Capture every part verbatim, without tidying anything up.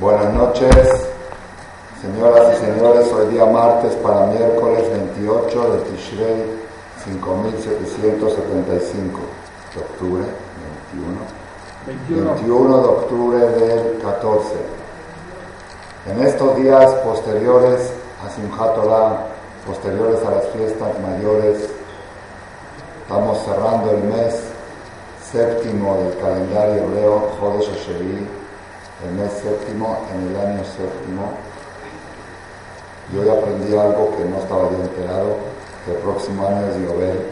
Buenas noches, señoras y señores. Hoy día martes para miércoles veintiocho de Tishrei cinco mil setecientos setenta y cinco de octubre, veintiuno, veintiuno de octubre del catorce. En estos días posteriores a Simchat Torah, posteriores a las fiestas mayores, estamos cerrando el mes séptimo del calendario hebreo, Jodesh Sheri, el mes séptimo en el año séptimo. Y hoy aprendí algo que no estaba yo enterado, que el próximo año es Yobel.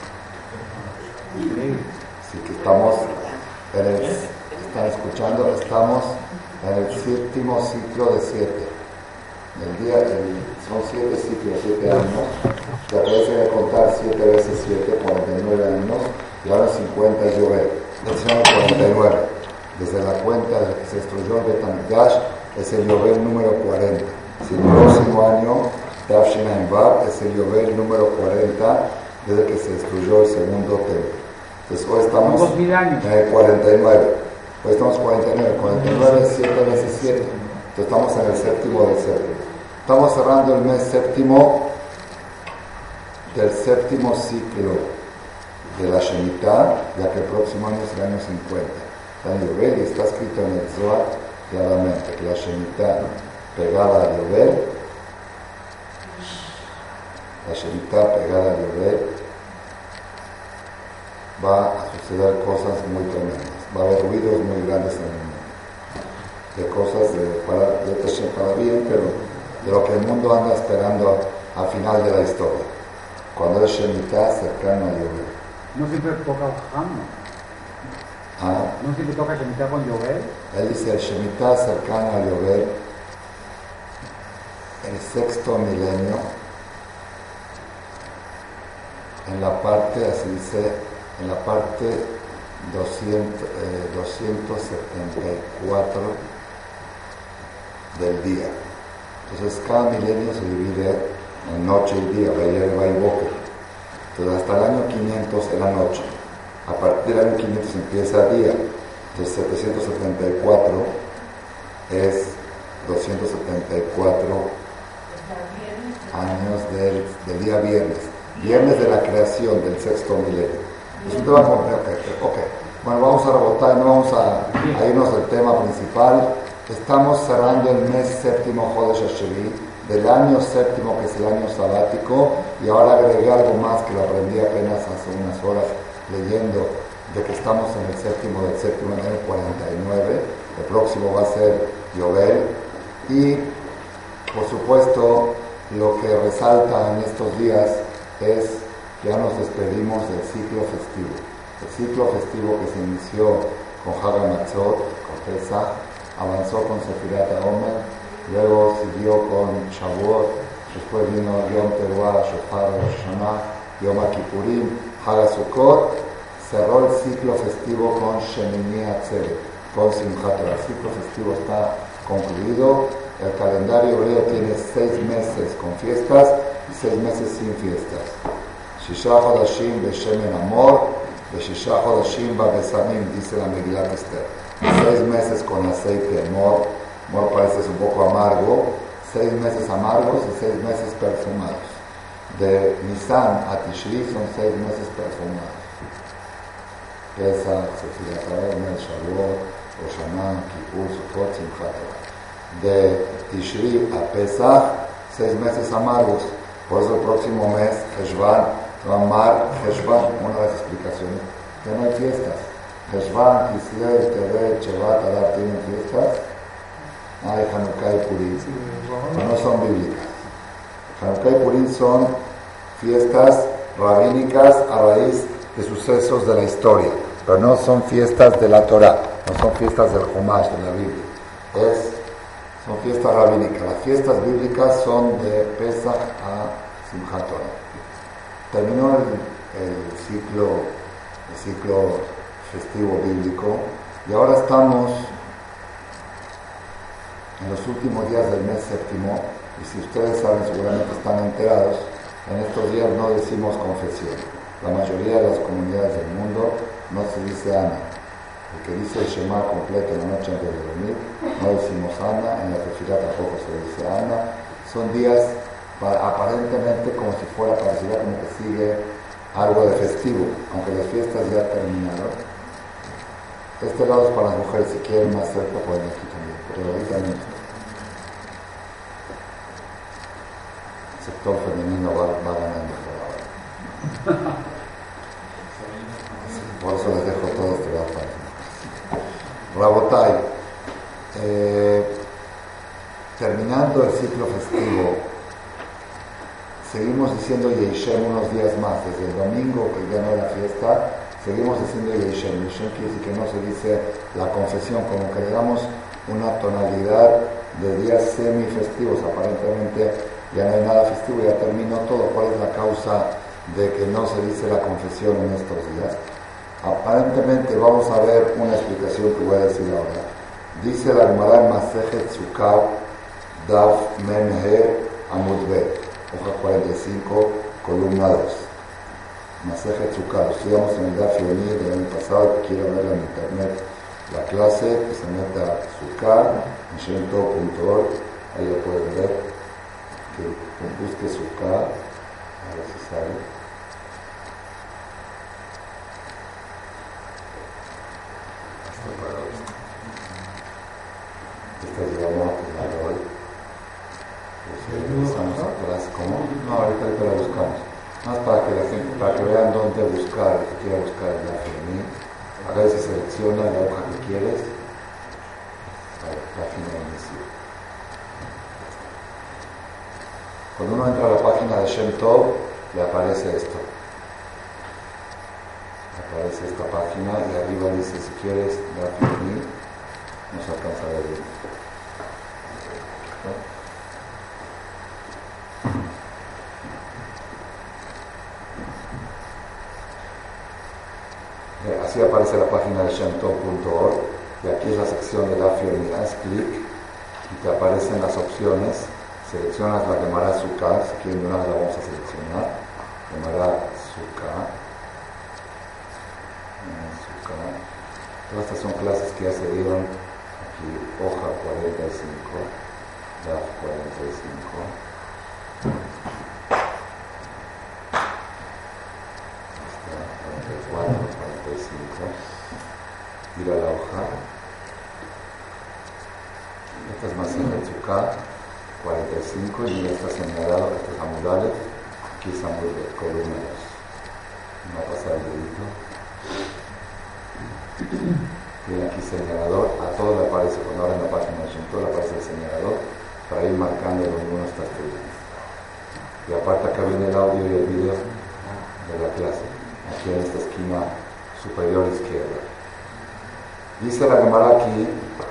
Así que estamos, en el, están escuchando, estamos en el séptimo ciclo de siete. El día, el, son siete ciclos, siete años. Ya parece que contar siete veces siete, cuarenta y nueve años, y ahora cincuenta es Yobel. Es el cuarenta y nueve. Desde la cuenta de que se destruyó el Bet HaMikdash, es el Yobel número cuarenta. Si el próximo año, Tafshin Ayin Vav, es el Yobel número cuarenta, desde que se destruyó el segundo templo. Entonces hoy estamos en el cuarenta y nueve. Hoy estamos cuarenta y nueve. cuarenta y nueve es siete veces siete. Entonces estamos en el séptimo del séptimo. Estamos cerrando el mes séptimo del séptimo ciclo de la Shemitah, ya que el próximo año es el año cincuenta. Está en Yobel y está escrito en el Zohar claramente que la Shemitah pegada a Yobel, la Shemitah pegada a Yobel, va a suceder cosas muy tremendas. Va a haber ruidos muy grandes en el mundo. De cosas de, para, de para bien, pero de lo que el mundo anda esperando al final de la historia. Cuando es Shemitah cercano a Yobel. No siempre toca Ojam, ¿no? ¿Ah? ¿No siempre toca Shemitah con Yobel? Él dice el Shemitah cercano a Yobel, el sexto milenio, en la parte, así dice, en la parte doscientos, eh, doscientos setenta y cuatro del día. Entonces cada milenio se divide en noche y día, Vayer Vaiboker. Entonces hasta el año quinientos era noche. A partir del año quinientos empieza día. Entonces setecientos setenta y cuatro es doscientos setenta y cuatro años del, del día viernes. Viernes de la creación del sexto milenio. Es un tema complejo. Okay. Bueno, vamos a rebotar, no vamos a, a irnos del tema principal. Estamos cerrando el mes séptimo Jodesh Sheri del año séptimo, que es el año sabático, y ahora agregué algo más que lo aprendí apenas hace unas horas leyendo, de que estamos en el séptimo del séptimo, en el cuarenta y nueve. El próximo va a ser Yobel. Y por supuesto lo que resalta en estos días es que ya nos despedimos del ciclo festivo. El ciclo festivo que se inició con Hag HaMatzot, con Pesach, avanzó con Sefirat HaOmer, luego siguió con Shavuot, después vino Yom Teruah, Shofar, Rosh Hashanah, Yom Kippurim, Hag HaSukkot, cerró el ciclo festivo con Shemini Atzeret, con Simchat Torah. El ciclo festivo está concluido. El calendario hebreo tiene seis meses con fiestas y seis meses sin fiestas. Shisha Chodashim Beshemen Amor, Beshisha Chodashim Besamim, dice la Megilat Esther. Seis meses con aceite Amor. Amor parece un poco amargo. Seis meses amargos y seis meses perfumados. De Nisan a Tishri son seis meses perfumados. Pesach, Sefirat HaOmer, Shavuot, Rosh Hashanah, Kippur, Sukkot, Simchat Torah. De Tishri a Pesach, seis meses amargos. Por eso el próximo mes, Heshvan, se va a llamar Heshvan, una de las explicaciones, que no hay fiestas. Heshvan, Kislev, Tevet, Shevat, Adar, ¿tienen fiestas? Hay Hanukkah y Purim, pero no son bíblicas. Hanukkah y Purim son fiestas rabínicas a raíz de sucesos de la historia, pero no son fiestas de la Torah, no son fiestas del Chumash, de la Biblia. Es Son fiestas rabínicas. Las fiestas bíblicas son de Pesach a Simchat Torah. Terminó el, el ciclo el ciclo festivo bíblico y ahora estamos en los últimos días del mes séptimo, y si ustedes saben, seguramente están enterados, en estos días no decimos confesión. La mayoría de las comunidades del mundo no se dice Ana. El que dice el Shema completo en la noche antes de dormir, no decimos Ana, en la tefilá tampoco se dice Ana. Son días para, aparentemente como si fuera pareciera como que sigue algo de festivo, aunque las fiestas ya terminaron. Este lado es para las mujeres, si quieren más cerca pueden aquí también, pero ahorita no. El sector femenino va, va ganando por ahora. Por eso les dejo todo este lado para Rabotai, eh, terminando el ciclo festivo, seguimos diciendo Yeishem unos días más, desde el domingo que ya no era fiesta, seguimos diciendo Yeishem. Yeishem quiere decir que no se dice la confesión, como que le damos una tonalidad de días semifestivos, aparentemente ya no hay nada festivo, ya terminó todo. ¿Cuál es la causa de que no se dice la confesión en estos días? Aparentemente vamos a ver una explicación que voy a decir ahora. Dice la Gemara en Masejet Sukkot, Daf Mem He Amud Bet, hoja cuarenta y cinco, columna dos. Masejet Sukkot, estudiamos en el Daf Yomi del año pasado, que quiera ver en internet la clase, que se meta a Sukkot, en shento punto org, ahí lo pueden ver, que busque Sukkot, a ver si sale. Esta es la nota de hoy. Estamos atrás, ¿cómo? No, ahorita, ahorita la buscamos. Más para que, la gente, para que vean dónde buscar, el que quiera buscar el Daf Yomi. A ver si selecciona la hoja que quieres. La página de inicio. Cuando uno entra a la página de Shem Tov, le aparece esto. Aparece esta página y arriba dice, si quieres Daf Yomi, nos alcanza a ver bien. Así aparece la página de shemtov punto org y aquí es la sección de Daf Yomi. Haz clic y te aparecen las opciones. Seleccionas la Gemara Sukkot, si quieren una vez la vamos a seleccionar. Gemara Sukkot. Sukkot. Todas estas son clases que ya se dieron. Aquí, hoja cuarenta y cinco, Daf cuarenta y cinco. cuarenta y cuatro, cuarenta y cinco. Mira la hoja. Esta es Masejet Sukkot, cuarenta y cinco, y mira, está señalado, este es Amudales, aquí es Amudales, columna dos. Me va a pasar el dedito. Tiene aquí señalador, a todo le aparece, cuando abren la página de Shem Tov le aparece el señalador para ir marcando donde uno está estudiando. Y aparte acá viene el audio y el video de la clase, aquí en esta esquina superior izquierda. Dice la Gemara aquí,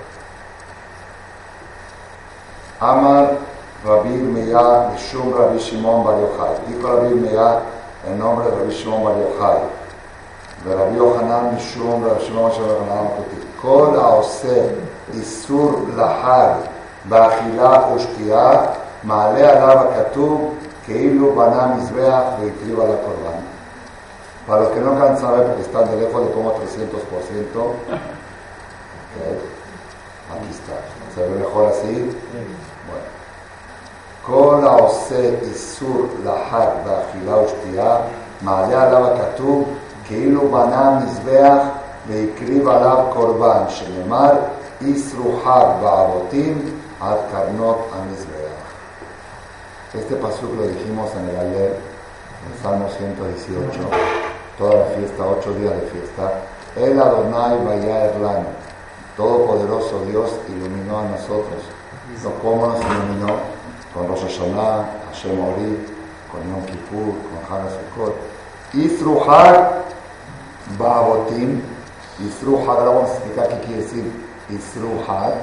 Amar Rabbi Meya Mishum Rabbi Shimon Bar Yochai. Dijo Rabbi Meya en nombre de Rabbi Shimon Bar Yochai. ורבי יוחנן משום רבי שמעון בר יוחנן כותב כל העושה איסור לחג באכילה ושתייה מעלה עליו הכתוב כאילו בנה מזבח והקריב על הקורבן. Para los que no alcanzan saber porque están de lejos, le pongo trescientos por ciento. Okay. Aquí está. ¿Se ve mejor así? Bueno. כל העושה איסור לחג באכילה ושתייה מעלה עליו הכתוב כאילו בנה מזבח והקריב עליו קורבן, שנאמר איסרו חג בעבותים עד קרנות המזבח. Este pasuk lo dijimos en el Alel, en Salmo ciento dieciocho, toda la fiesta, ocho días de fiesta. El Adonai Vayaer Lanu, Todopoderoso Dios iluminó a nosotros. ¿Cómo nos iluminó? Con Rosh Hashanah, Hashem Ori, con Yom Kippur, con Hana Sukkot. Isru Hag Ba'avotim. Isru Hag, ahora vamos a explicar qué quiere decir Isru Hag.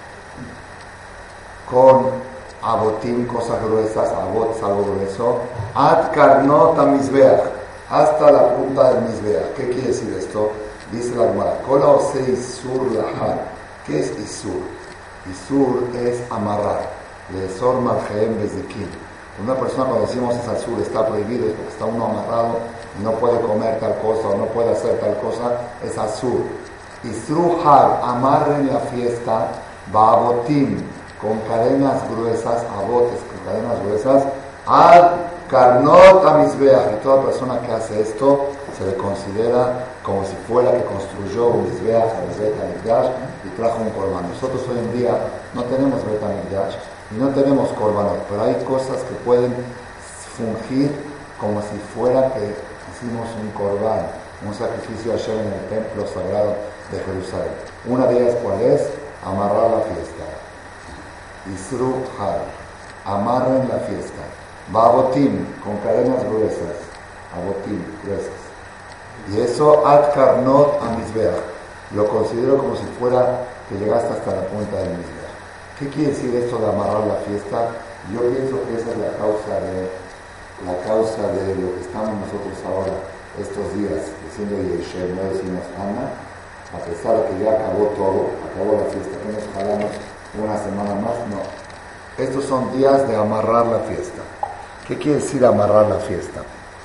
Con Avotim, cosas gruesas, Avot es algo grueso. Ad Karnot HaMizbeach, hasta la punta del Mizbeach. ¿Qué quiere decir esto? Dice la Gemara, Kola Ose Isur Lahag. ¿Qué es Isur? Isur es amarrar. Leesor Maljeem Bezikim. Una persona, cuando decimos es Asur, está prohibido, es porque está uno amarrado, no puede comer tal cosa o no puede hacer tal cosa, es Asur. Isruhar, amarren la fiesta, Baabotim, con cadenas gruesas, abotes con cadenas gruesas, Ad Karnot Amizbeach, y toda persona que hace esto se le considera como si fuera que construyó un Mizbeach, el Bet HaMikdash, y trajo un korban. Nosotros hoy en día no tenemos Bet HaMikdash y no tenemos korbanot, pero hay cosas que pueden fungir como si fuera que hicimos un korban, un sacrificio ayer en el templo sagrado de Jerusalén. Una de ellas, ¿cuál es? Amarrar la fiesta. Isru Har, amarren la fiesta. Babotim, con cadenas gruesas. Abotim, gruesas. Y eso, ad karnot a Mizbeach. Lo considero como si fuera que llegaste hasta la punta del Mizbeach. ¿Qué quiere decir esto de amarrar la fiesta? Yo pienso que esa es la causa de, la causa de lo que estamos nosotros ahora, estos días, diciendo Yeshem, no decimos Ana, a pesar de que ya acabó todo, acabó la fiesta, que nos jalamos una semana más, no. Estos son días de amarrar la fiesta. ¿Qué quiere decir amarrar la fiesta?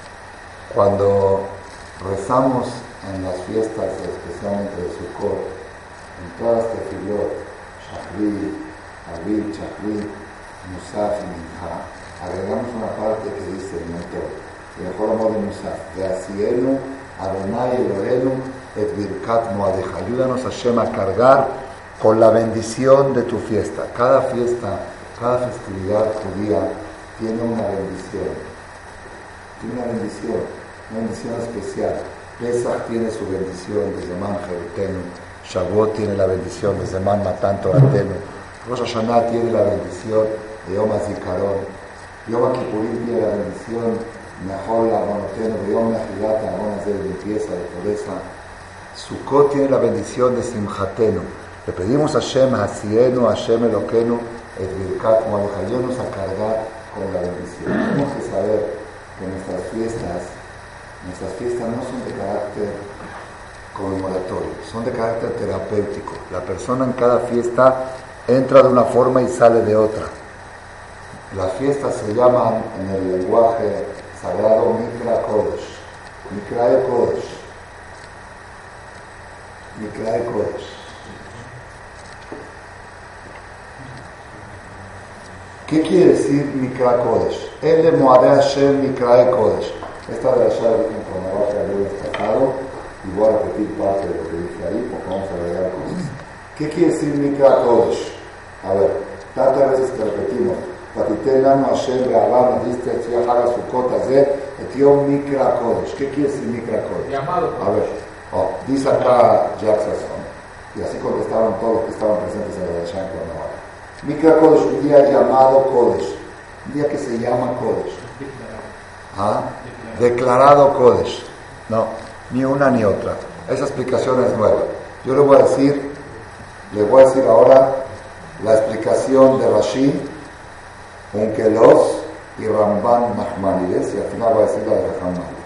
Cuando rezamos en las fiestas, especialmente de Sukkot, en todas las tefilot, Shachrit, Avil, Shachrit, Musaf y Mincha, agregamos una parte que dice el mentor, y mejor amor de Musaf, de Asienu, Adonai Elohenu, et Birkat Moadeja. Ayúdanos Hashem a cargar con la bendición de tu fiesta. Cada fiesta, cada festividad judía tiene una bendición. Tiene una bendición, una bendición especial. Pesach tiene su bendición de Zeman Jerutenu. Shavuot tiene la bendición de Zeman Matan Toratenu. Rosh Hashanah tiene la bendición de Yom HaZikaron. Yom Kippurim tiene la bendición Mejor la Bonotenu, de Yom Nahilat, Aronas de limpieza, de pureza. Sukkot tiene la bendición de Simchatenu. Le pedimos a Hashem, Hasienu, Hashem Eloquenu, et Birkat Moadeja. Ayúdanos a cargar con la bendición. Tenemos que saber que nuestras fiestas, nuestras fiestas no son de carácter conmemoratorio, son de carácter terapéutico. La persona en cada fiesta entra de una forma y sale de otra. Las fiestas se llaman en el lenguaje sagrado Mikra Kodesh, Mikra Kodesh, Mikra Kodesh. ¿Qué quiere decir Mikra Kodesh? Ele Moadeh Hashem Mikra Kodesh. Esta de la llave en cronología lo he destacado y voy a repetir parte de lo que dije ahí porque vamos a agregar cosas. ¿Qué quiere decir Mikra Kodesh? A ver, tantas veces que repetimos, Patiten Lanu Hashem Be'alah nos diste Tzia Haga Sukkot Azeh et Yom Mikra Kodesh. ¿Qué quiere decir Mikra Kodesh? Llamado. A ver, oh, dice acá Jackson, y así contestaron todos los que estaban presentes en la Shana Cronología. Mikra Kodesh, un día llamado Kodesh, un día que se llama Kodesh. ¿Ah? Declarado Kodesh. No, ni una ni otra. Esa explicación es nueva. Yo le voy a decir, le voy a decir ahora la explicación de Rashi, Unkelos y Ramban Nachmanides, y al final voy a decir la de Rahman.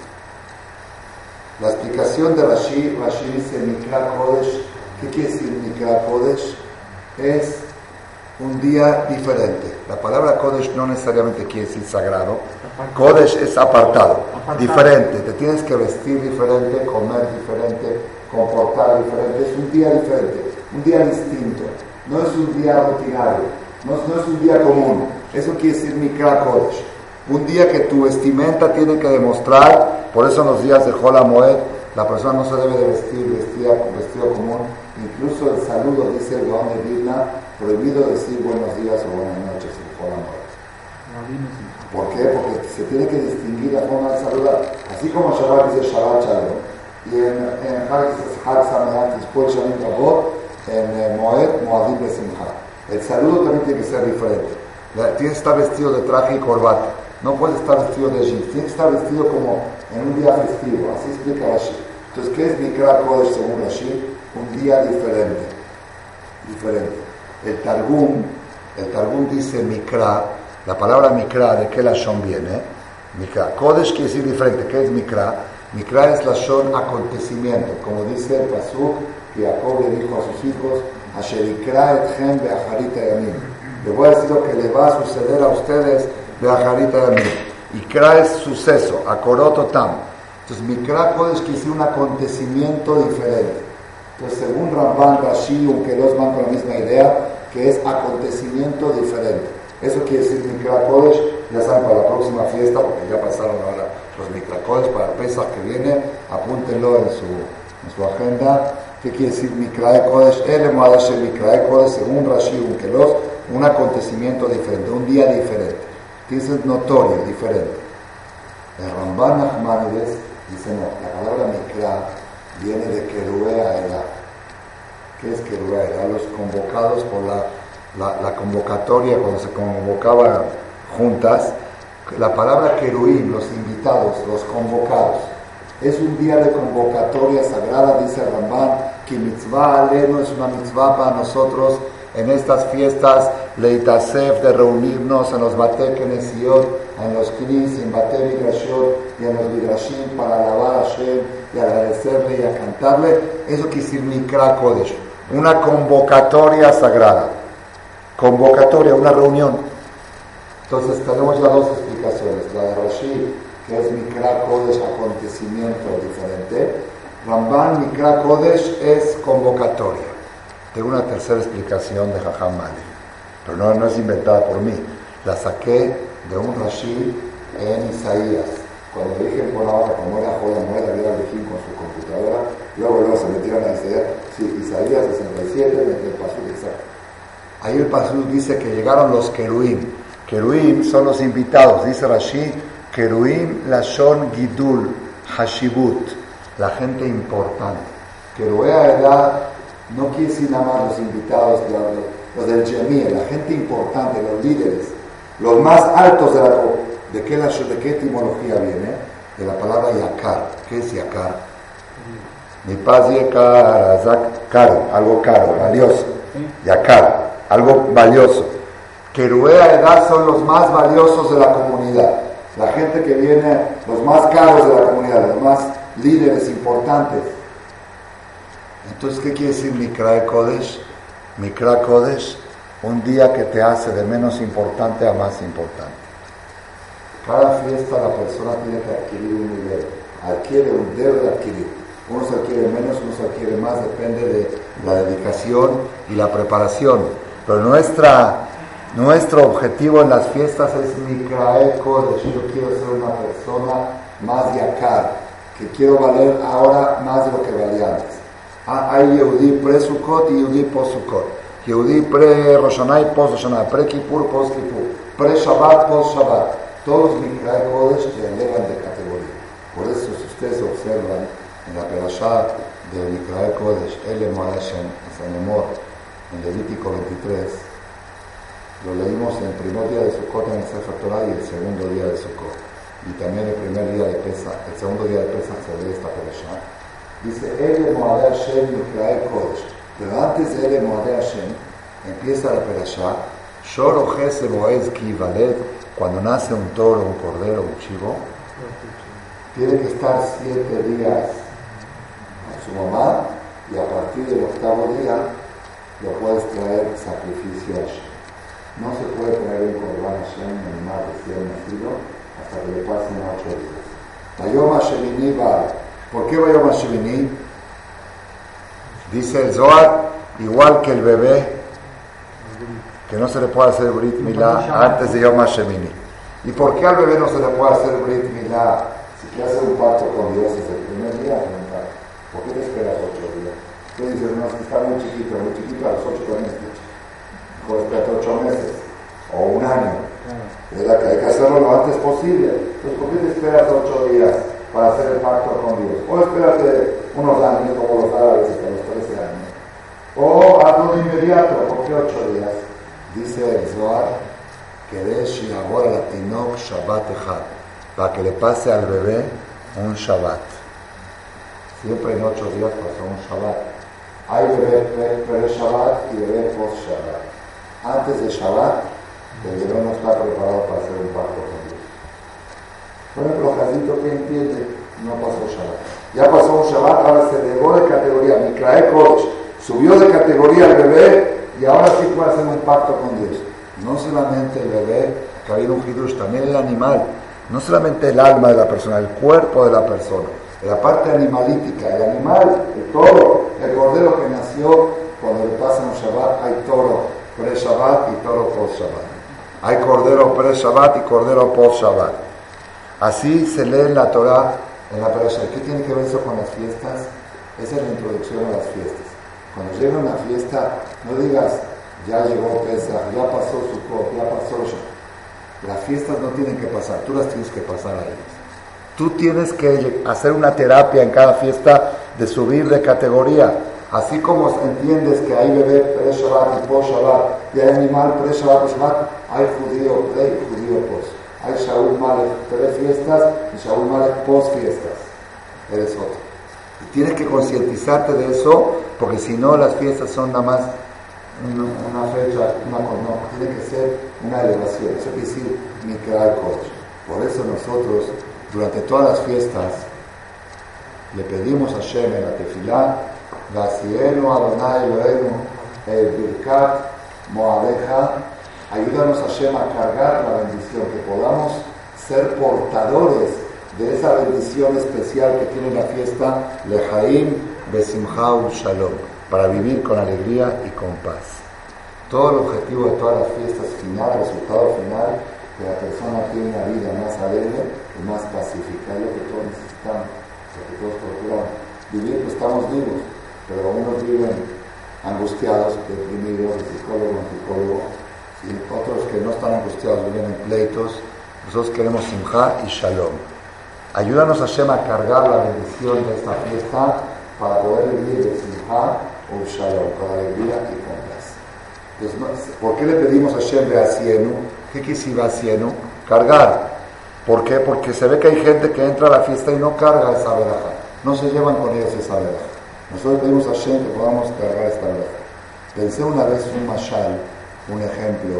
La explicación de Rashi, Rashi dice Mikra Kodesh. ¿Qué quiere decir Mikra Kodesh? Es un día diferente. La palabra Kodesh no necesariamente quiere decir sagrado. Kodesh es apartado, apartado, diferente. Te tienes que vestir diferente, comer diferente, comportar diferente. Es un día diferente, un día distinto. No es un día rutinario, no, no es un día común. Eso quiere decir Mikra Kodesh. Un día que tu vestimenta tiene que demostrar. Por eso en los días de Hol HaMoed la persona no se debe de vestir vestida con vestido común. Incluso el saludo, dice el Gaón de Vilna, prohibido decir buenos días o buenas noches en Hol HaMoed. ¿Por qué? Porque se tiene que distinguir la forma de saludar. Así como Shabbat dice Shabbat Shalom, y en, en Hag Hag Sameach, después Shamim Rabot, en Moed, Moadim Besimcha. El saludo también tiene que ser diferente. Tienes que estar vestido de traje y corbata. No puedes estar vestido de jeans. Tienes que estar vestido como en un día festivo. Así explica Rashi. Entonces, ¿qué es Mikra Kodesh según Rashi? Un día diferente. Diferente. El Targum, el Targum dice Mikra. La palabra Mikra, ¿de qué lashon viene? Mikra. Kodesh quiere decir diferente. ¿Qué es Mikra? Mikra es lashon acontecimiento. Como dice el Pasuk, que Jacob le dijo a sus hijos, Asher ikra etchem be'acharit hayamim. Le voy a decir lo que le va a suceder a ustedes be'acharit hayamim. Ikra es suceso, akorot otam. Entonces, Mikra Kodesh quiere decir un acontecimiento diferente. Entonces, según Ramban, Rashi, Unkelos van con la misma idea, que es acontecimiento diferente. Eso quiere decir Mikra Kodesh, ya saben, para la próxima fiesta, porque ya pasaron ahora los Mikra Kodesh, para el Pesach que viene, apúntenlo en su, en su agenda. ¿Qué quiere decir Mikra Kodesh? El Moadash Mikra Kodesh, según Rashi, Unkelos, un acontecimiento diferente, un día diferente. Tiene que ser notorio, diferente. El Ramban Nachmanides dice no, la palabra Mikra viene de Keruea Elá. ¿Qué es Keruea Elá? Los convocados por la, la, la convocatoria, cuando se convocaban juntas, la palabra Keruim, los invitados, los convocados. Es un día de convocatoria sagrada, dice Ramban, que mitzvah aleno es una mitzvah para nosotros en estas fiestas, leitasef, de reunirnos en los Bate Kenesiot, en los Knis, en Bate Midrashot y en los Midrashim para alabar a Hashem y agradecerle y a cantarle. Eso quiere decir Mikra Kodesh, una convocatoria sagrada, convocatoria, una reunión. Entonces tenemos ya dos explicaciones, la de Rashi, que es Mikra Kodesh, acontecimiento diferente. Ramban, Mikra Kodesh es convocatoria. Tengo una tercera explicación de Jajam Mali, pero no, no es inventada por mí. La saqué de un Rashi en Isaías. Cuando le dije por ahora, como era joya muera, había elegido con su computadora, luego, luego se metieron a Isaías. Sí, Isaías sesenta y siete, el pasuk exacto. Ahí el pasuk dice que llegaron los Keruim. Keruim son los invitados, dice Rashi, Keruim Lashon Gidul Hashibut, la gente importante. Keruea edad no quiere decir nada más los invitados, los, los del Yemí, la gente importante, los líderes, los más altos de la ¿de qué, ¿de qué etimología viene? De la palabra Yakar. ¿Qué es Yakar? Mi paz Yakar, caro, algo caro, valioso. Yakar, algo valioso. Keruea edad son los más valiosos de la comunidad. La gente que viene, los más caros de la comunidad, los más líderes importantes. Entonces, ¿qué quiere decir Mikra Kodesh? Mikra Kodesh, un día que te hace de menos importante a más importante. Cada fiesta la persona tiene que adquirir un nivel, adquiere un debe de adquirir. Uno se adquiere menos, uno se adquiere más, depende de la dedicación y la preparación. Pero nuestra, nuestro objetivo en las fiestas es Mikra Kodesh. Yo quiero ser una persona más yakar, que quiero valer ahora más de lo que valía antes. Hay Yehudí pre-Sukkot y Yehudí post-Sukkot. Yehudí pre-Rosh Hashanah y post-Rosh pre-Kippur, post-Kippur. Pre-Shabbat, post-Shabbat. Todos Mikra Kodesh se elevan de categoría. Por eso, si ustedes observan en la perashá de Mikra Kodesh, Ele Moadashem, en San Emor, en Levítico veintitrés, lo leímos en el primer día de Sukkot en el Sefer Torah y el segundo día de Sukkot. Y también el primer día de Pesach, el segundo día de Pesach se lee esta perashá. Dice, Ele Moadeh Hashem Mikra Kodesh. Pero antes de Ele Moadeh Hashem, empieza la perashá, Shor Ojese Boez Ki Valed, cuando nace un toro, un cordero, un chivo, tiene que estar siete días con su mamá, y a partir del octavo día lo puedes traer sacrificio a Hashem. No se puede traer un Corban Hashem, un animal recién nacido, hasta que le pasen ocho días. Vayom Hashemini Bar. ¿Por qué Vayom Hashemini? Dice el Zohar, igual que el bebé, que no se le puede hacer Brit Milá antes de Yom Hashemini. ¿Y por qué al bebé no se le puede hacer Brit Milá si quiere hacer un pacto con Dios desde el primer día? ¿Por qué te esperas ocho días? Tú dices, no, es que está muy chiquito, muy chiquito a los ocho meses. Mejor espérate ocho meses o un año. ¿Verdad? Que hay que hacerlo lo antes posible. Entonces, ¿por qué te esperas ocho días para hacer el pacto con Dios? O espérate unos años como los árabes hasta los trece años. O hazlo de inmediato. ¿Por qué ocho días? Dice el Zohar que de Shiabor al Tinok Shabbat Echad, para que le pase al bebé un Shabbat. Siempre en ocho días pasó un Shabbat. Hay bebé pre-Shabbat y bebé post-Shabbat. Antes de Shabbat, el bebé no está preparado para hacer un pacto con Dios. Por ejemplo, Jazito, ¿qué entiende? No pasó Shabbat. Ya pasó un Shabbat, ahora se elevó de categoría. Mikra Kodesh subió de categoría el bebé y ahora sí puede hacer un pacto con Dios. No solamente el bebé, que ha habido un hidush, también el animal. No solamente el alma de la persona, el cuerpo de la persona. La parte animalítica, el animal, el toro, El cordero que nació, cuando le pasan un Shabbat, hay toro pre-Shabbat y toro post-Shabbat. Hay cordero pre-Shabbat y cordero post-Shabbat. Así se lee en la Torah, en la Parashá. ¿Qué tiene que ver eso con las fiestas? Esa es la introducción a las fiestas. Cuando llega una fiesta, no digas, ya llegó Pesach, ya pasó Sukkot, ya pasó Shabbat. Las fiestas no tienen que pasar, tú las tienes que pasar a ellas. Tú tienes que hacer una terapia en cada fiesta de subir de categoría. Así como entiendes que hay bebé pre-Shabbat y post-Shabbat, y hay animal pre-Shabbat y Shabbat, hay judío pre y judío post. Hay Shaul Malek pre-fiestas y Shaul Malek post-fiestas. Eres otro. Y tienes que concientizarte de eso, porque si no las fiestas son nada más una, una fecha, una, no, tiene que ser una elevación. Eso quiere decir Mikra Kodesh. Por eso nosotros, durante todas las fiestas, le pedimos a Hashem en la tefilá, Vasienu Adonai Eloheinu el Birkat Moadeja, ayúdanos a Hashem a cargar la bendición, que podamos ser portadores de esa bendición especial que tiene la fiesta, Lehaim Besimcha Shalom, para vivir con alegría y con paz. Todo el objetivo de todas las fiestas final, el resultado final, que la persona tiene una vida más alegre y más pacífica, es lo que todos necesitamos, lo que todos procuran vivir, pues estamos vivos, pero unos viven angustiados, deprimidos, de psicólogo en psicólogo, y otros que no están angustiados viven en pleitos. Nosotros queremos simjá y shalom. Ayúdanos a Hashem a cargar la bendición de esta fiesta para poder vivir de simjá o shalom, con alegría y con paz. Entonces, ¿por qué le pedimos a Hashem de Asienu? ¿Qué quisiera Asienu? Cargar. ¿Por qué? Porque se ve que hay gente que entra a la fiesta y no carga esa veraja. No se llevan con ellos esa veraja. Nosotros pedimos a Hashem que podamos cargar esta veraja. Pensé una vez un mashal, un ejemplo,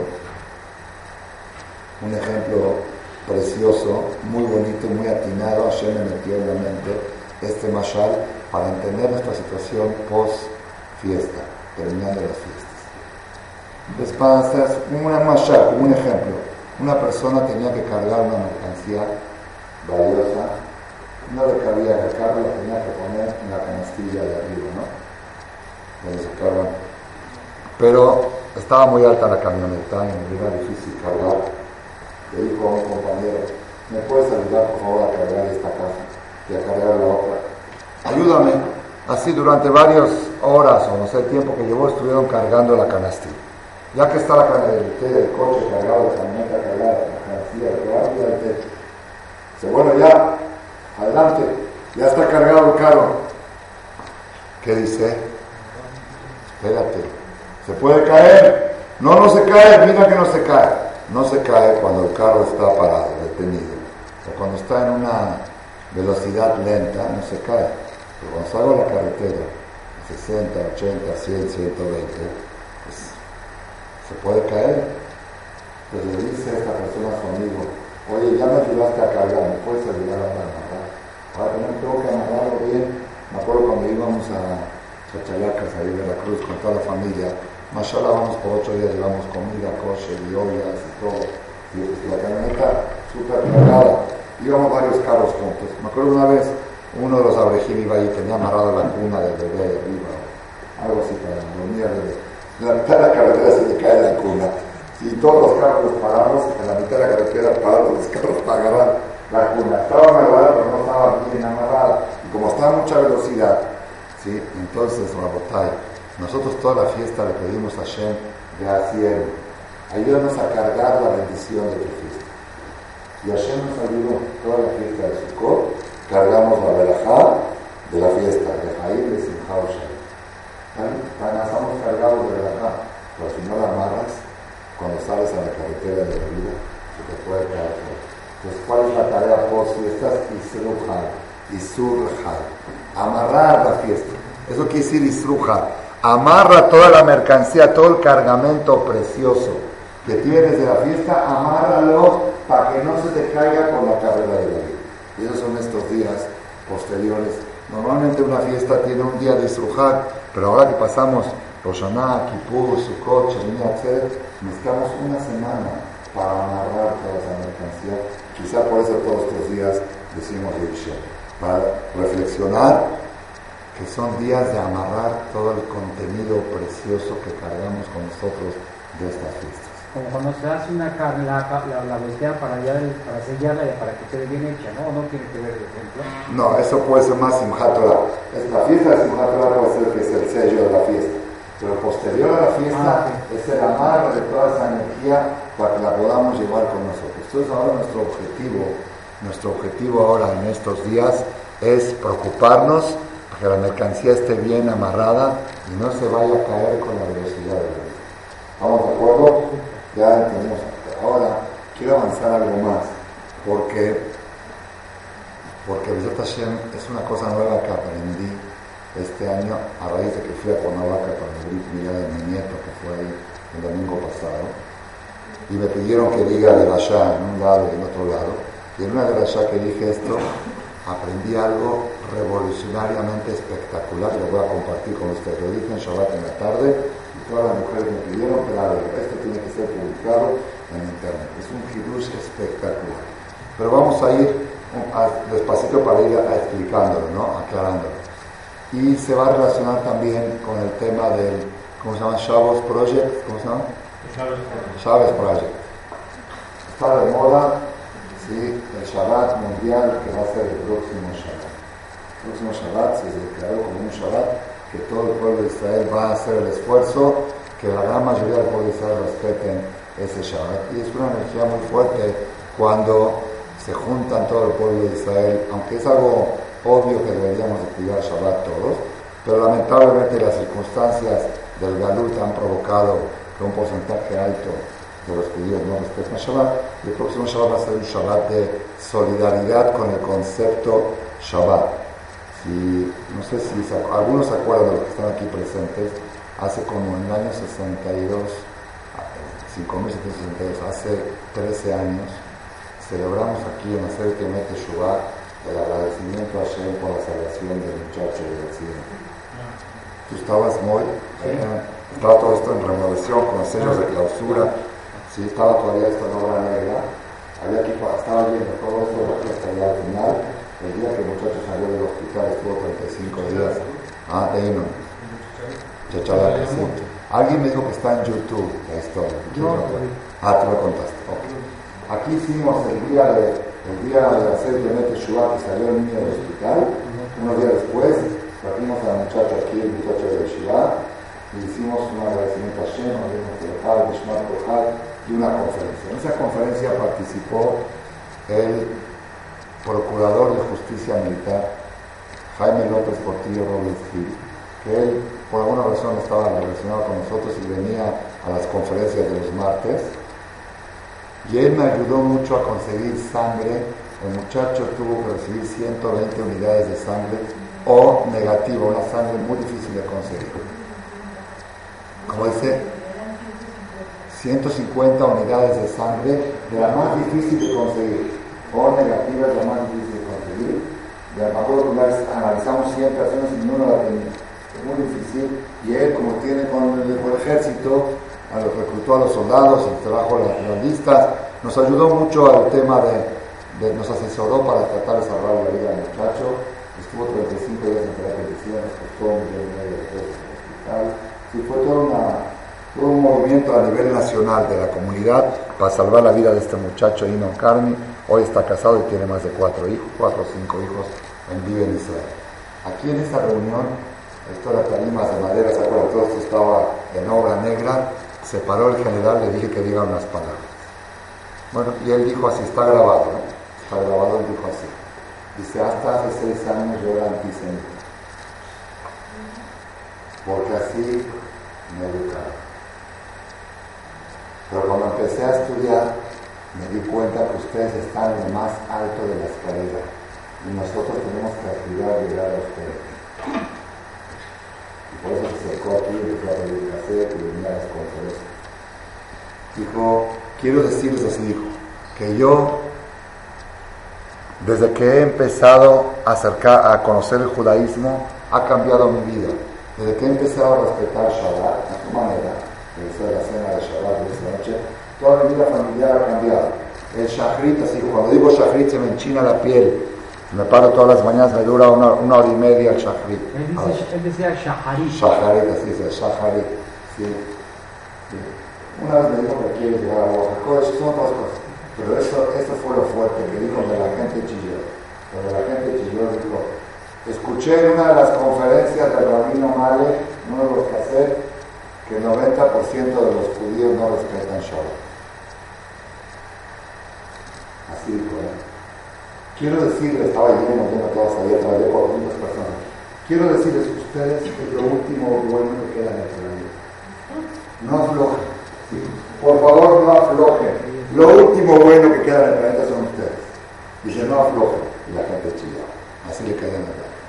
un ejemplo precioso, muy bonito, muy atinado. Hashem me metió en la mente este mashal para entender nuestra situación post-fiesta, terminando las fiestas. Entonces, para hacer una mashal, un ejemplo, una persona tenía que cargar una mercancía valiosa, no le cabía el carro, la tenía que poner en la canastilla de arriba, ¿no? Donde se cargan. Pero estaba muy alta la camioneta y era difícil cargar. Le dijo a un compañero, ¿me puedes ayudar por favor a cargar esta caja y a cargar la otra? Ayúdame. Así durante varias horas o no sé el tiempo que llevó estuvieron cargando la canastilla. Ya que está la canastilla del coche cargado, la camioneta cargada, la canastilla cargada, ya el techo. Dice, bueno, ya, adelante, ya está cargado el carro. ¿Qué dice? Espérate, ¿se puede caer? No, no se cae, mira que no se cae. No se cae cuando el carro está parado, detenido. O cuando está en una velocidad lenta, no se cae. Pero cuando salgo a la carretera, sesenta, ochenta, cien, ciento veinte, pues se puede caer. Pues le dice esta persona a su amigo, oye, ya me ayudaste a cargar, ¿me puedes ayudar a amarrar? Ahora no tengo que amarrarlo bien. Me acuerdo cuando íbamos a Chachalacas, ahí de la Cruz, con toda la familia. Mashallah, vamos por ocho días, llevamos comida, coche, y ollas y todo. Y pues, la camioneta súper cargada. Íbamos varios carros juntos. Me acuerdo una vez, uno de los abrejim iba ahí, tenía amarrada la cuna del bebé arriba, algo así para dormir al bebé. En la mitad de la carretera se le cae la cuna. Y todos los carros los paramos, en la mitad de la carretera parados los carros para agarrar la cuna. Estaba amarrada, pero no estaba bien amarrada. Y como estaba a mucha velocidad, ¿sí? Entonces, Rabotay, nosotros toda la fiesta le pedimos a Hashem de Asiel, ayúdanos a cargar la bendición de tu fiesta. Y Hashem nos ayudó toda la fiesta de Sukkot, cargamos la verajá de la fiesta, de Jair de Simcha Shalom. Estamos cargados de verajá, pero si no la amarras, cuando sales a la carretera de la vida, se te puede caer todo. Entonces, ¿cuál es la tarea post fiestas? Isruja, Isurja, amarrar la fiesta. Eso quiere decir Isruja. Amarra toda la mercancía, todo el cargamento precioso que tienes de la fiesta, amárralo para que no se te caiga con la carrera de la vida. Y esos son estos días posteriores. Normalmente una fiesta tiene un día de Isrujar, pero ahora que pasamos Rosh Hashanah, Kippur, Sukkot, Shemini Atzeret, necesitamos una semana para amarrar toda esa mercancía. Quizá por eso todos estos días decimos Yishem, para reflexionar que son días de amarrar todo el contenido precioso que cargamos con nosotros de estas fiestas. Como cuando se hace una carne, la, la, la voltea para, allá, para sellarla y para que quede bien hecha, ¿no? ¿O no tiene que ver el ejemplo? No, eso puede ser más Simchat Torah. La fiesta de Simchat Torah puede ser que es el sello de la fiesta. Pero posterior a la fiesta ah, sí. es el amarre de toda esa energía para que la podamos llevar con nosotros. Entonces ahora nuestro objetivo, nuestro objetivo ahora en estos días es preocuparnos que la mercancía esté bien amarrada y no se vaya a caer con la velocidad de la vida. ¿Estamos de acuerdo? Ya entendemos. Ahora quiero avanzar algo más, porque porque Bezat Hashem es una cosa nueva que aprendí este año a raíz de que fui a Cuernavaca para el Brit Milá de mi nieto, que fue ahí el domingo pasado, y me pidieron que diga de Rasha en un lado y en otro lado, y en una de Rasha que dije esto, aprendí algo revolucionariamente espectacular, lo voy a compartir con ustedes. Lo dije en Shabbat en la tarde y todas las mujeres me pidieron que la diga. Esto tiene que ser publicado en internet. Es un hidush espectacular. Pero vamos a ir a, despacito para ir a, a explicándolo, ¿no? Aclarándolo. Y se va a relacionar también con el tema del, ¿cómo se llama? Shabbos Project. ¿Cómo se llama? Shabbos Project. Está de moda, sí, el Shabbat mundial que va a ser el próximo Shabbat. El próximo Shabbat se declaró como un Shabbat que todo el pueblo de Israel va a hacer el esfuerzo, que la gran mayoría del pueblo de Israel respeten ese Shabbat. Y es una energía muy fuerte cuando se juntan todo el pueblo de Israel, aunque es algo obvio que deberíamos de cuidar Shabbat todos, pero lamentablemente las circunstancias del Galut han provocado que un porcentaje alto de los judíos no respeten Shabbat, y el próximo Shabbat va a ser un Shabbat de solidaridad con el concepto Shabbat. Si, no sé si se, algunos se acuerdan de los que están aquí presentes, hace como en el año sesenta y dos, cinco mil setecientos sesenta y dos, hace trece años, celebramos aquí en la serie que mete Shuvah el agradecimiento a Hashem por la salvación del muchacho del accidente. Tú estabas muy, ¿sí? eh, estaba todo esto en renovación con los sellos de clausura, sí, estaba todavía esto en obra negra, había que, estaba viendo todo esto hasta allá al final. El día que el muchacho salió del hospital estuvo treinta y cinco días. Ah, Deino. Chachalaka, sí. Alguien me dijo que está en YouTube la historia. No, ah, tú me contaste. Okay. Aquí hicimos el día de el día de la serie de Mete Shuvah que salió el niño del hospital. Unos días después, trajimos al muchacho aquí, el muchacho de Shivá, y hicimos un agradecimiento a Shem, a Bishmat Kohal, y una conferencia. En esa conferencia participó el Procurador de Justicia Militar, Jaime López Portillo Robles Gil, que él por alguna razón estaba relacionado con nosotros y venía a las conferencias de los martes, y él me ayudó mucho a conseguir sangre. El muchacho tuvo que recibir ciento veinte unidades de sangre o negativo, una sangre muy difícil de conseguir. Como dice, ciento cincuenta unidades de sangre, de la más difícil de conseguir. O negativa es la más difícil de conseguir. De la mejor analizamos siempre, hacemos y ninguno la tenía. Es muy difícil. Y él, como tiene con el, con el ejército, a los, reclutó a los soldados y trajo las, las listas. Nos ayudó mucho al tema de, de, nos asesoró para tratar de salvar la vida del muchacho. Estuvo treinta y cinco días en terapia intensiva, nos costó un millón y medio de pesos en el hospital. Sí, fue todo, una, todo un movimiento a nivel nacional de la comunidad para salvar la vida de este muchacho, Ino Carmi. Hoy está casado y tiene más de cuatro hijos, cuatro o cinco hijos, en vive en Israel. Aquí en esta reunión, esto era tarimas de madera, ¿se acuerdan? Todo esto estaba en obra negra. Se paró el general, le dije que diga unas palabras. Bueno, y él dijo así, está grabado, ¿no? Está grabado, él dijo así. Dice, hasta hace seis años yo era antisemita. Porque así me educaron. Pero cuando empecé a estudiar, me di cuenta que ustedes están en lo más alto de la escalera y nosotros tenemos que ayudar a llegar a ustedes. Y por eso se acercó aquí, empezó a pedir café, que venía a las conferencias. Dijo, quiero decirles así, dijo, que yo, desde que he empezado a acercar, a conocer el judaísmo, ha cambiado mi vida. Desde que he empezado a respetar Shabbat, a su manera, de hacer la cena de Shabbat de esa noche, toda mi vida familiar ha cambiado. El shachrit, así, cuando digo shachrit se me enchina la piel. Me paro todas las mañanas, me dura una, una hora y media el shaharit. Él, dice, él decía shaharit. Shaharit, así dice, shaharit. Sí. Sí. Una vez me dijo que quiere llegar a Oaxaca. Eso son otras cosas. Pero eso, eso fue lo fuerte que dijo de la gente chilló. De la gente chilló dijo, escuché en una de las conferencias del Rabino Male, uno de los cassettes, que el noventa por ciento de los judíos no respetan Shabbat. Así dijo, ¿eh? Quiero decirles, estaba lleno, lleno todas ahí atrás de cuatrocientas personas. Quiero decirles que ustedes es lo último bueno que queda en el planeta. No aflojen. ¿Sí? Por favor, no aflojen. Lo último bueno que queda en el planeta son ustedes. Dice, no aflojen. Y la gente chilla. Así le cae en la cara.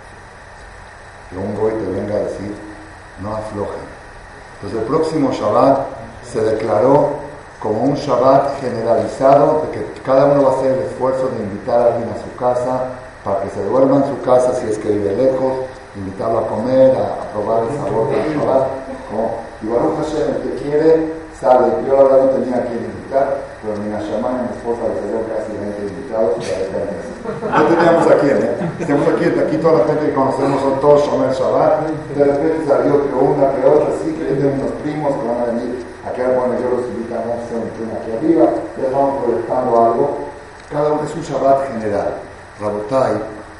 Que un goy te venga a decir, no aflojen. Entonces el próximo Shabbat se declaró como un Shabbat generalizado, de que cada uno va a hacer el esfuerzo de invitar a alguien a su casa, para que se duerma en su casa si es que vive lejos, invitarlo a comer, a, a probar el sabor del Shabbat. Como, y Baruch Hashem, el que quiere, sale. Yo la verdad no tenía a quien invitar, pero mi Nashamán y mi esposa le salieron casi veinte invitados para el mes. No teníamos a quién, ¿eh? Tenemos aquí, aquí toda la gente que conocemos son todos Shomer Shabbat. De repente salió que una, que otra, sí, que tienen unos primos que van a venir. Aquí, bueno, yo los invitamos a hacer un turno aquí arriba, ya estamos proyectando algo. Cada uno es un Shabbat general. Rabotai,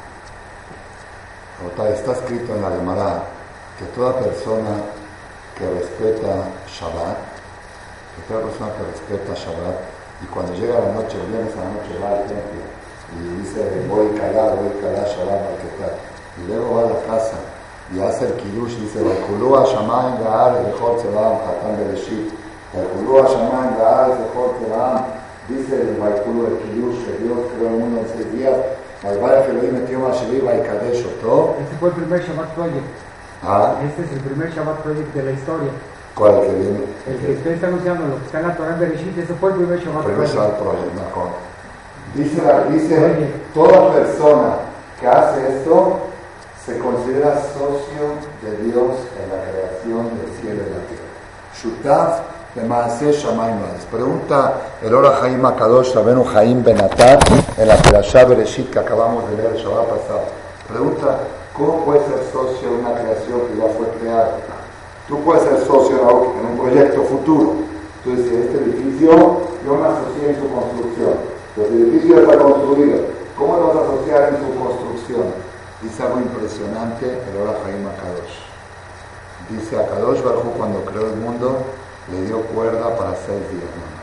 Rabotai, está escrito en la Gemara que toda persona que respeta Shabbat, que toda persona que respeta Shabbat, y cuando llega la noche, el viernes a la noche va al templo y dice, voy a calar, voy a calar Shabbat, ¿qué tal? Y luego va a la casa y hace el Kiddush y dice, Vaikulu Hashamayim Ga'aretz Bechol Tzevaam Chatan Bereshit. Vaikulu Hashamayim Ga'aretz Bechol Tzevaam, dice el Vaikulu, el Kiddush, que Dios creó el mundo en seis días. Vayvara Elohim et Yom HaShevi Vaykadesh Oto. Este fue el primer Shabbat Project. Ah. Este es el primer Shabbat Project de la historia. ¿Cuál es el que viene? El que usted está anunciando, lo que está en la Torah en Bereshit, ese fue el primer Shabbat Project. El primer Shabbat Project, mejor. Dice, dice toda persona que hace esto se considera socio de Dios en la creación del cielo y la tierra. Shutaf de Maaseh Shamayim Haaretz. Pregunta el Ora Haim Akadosh Rabenu Haim Benatar en la Perashá Bereshit que acabamos de leer el Shabbat pasado. Pregunta, ¿cómo puede ser socio de una creación que ya fue creada? Tú puedes ser socio en un proyecto futuro. Tú dices, este edificio yo me asocié en su construcción. Los edificios están construidos. ¿Cómo te vas a asociar en su construcción? Dice algo impresionante el Ora Haim Akadosh. Dice Akadosh Baruj Hu cuando creó el mundo le dio cuerda para seis días más.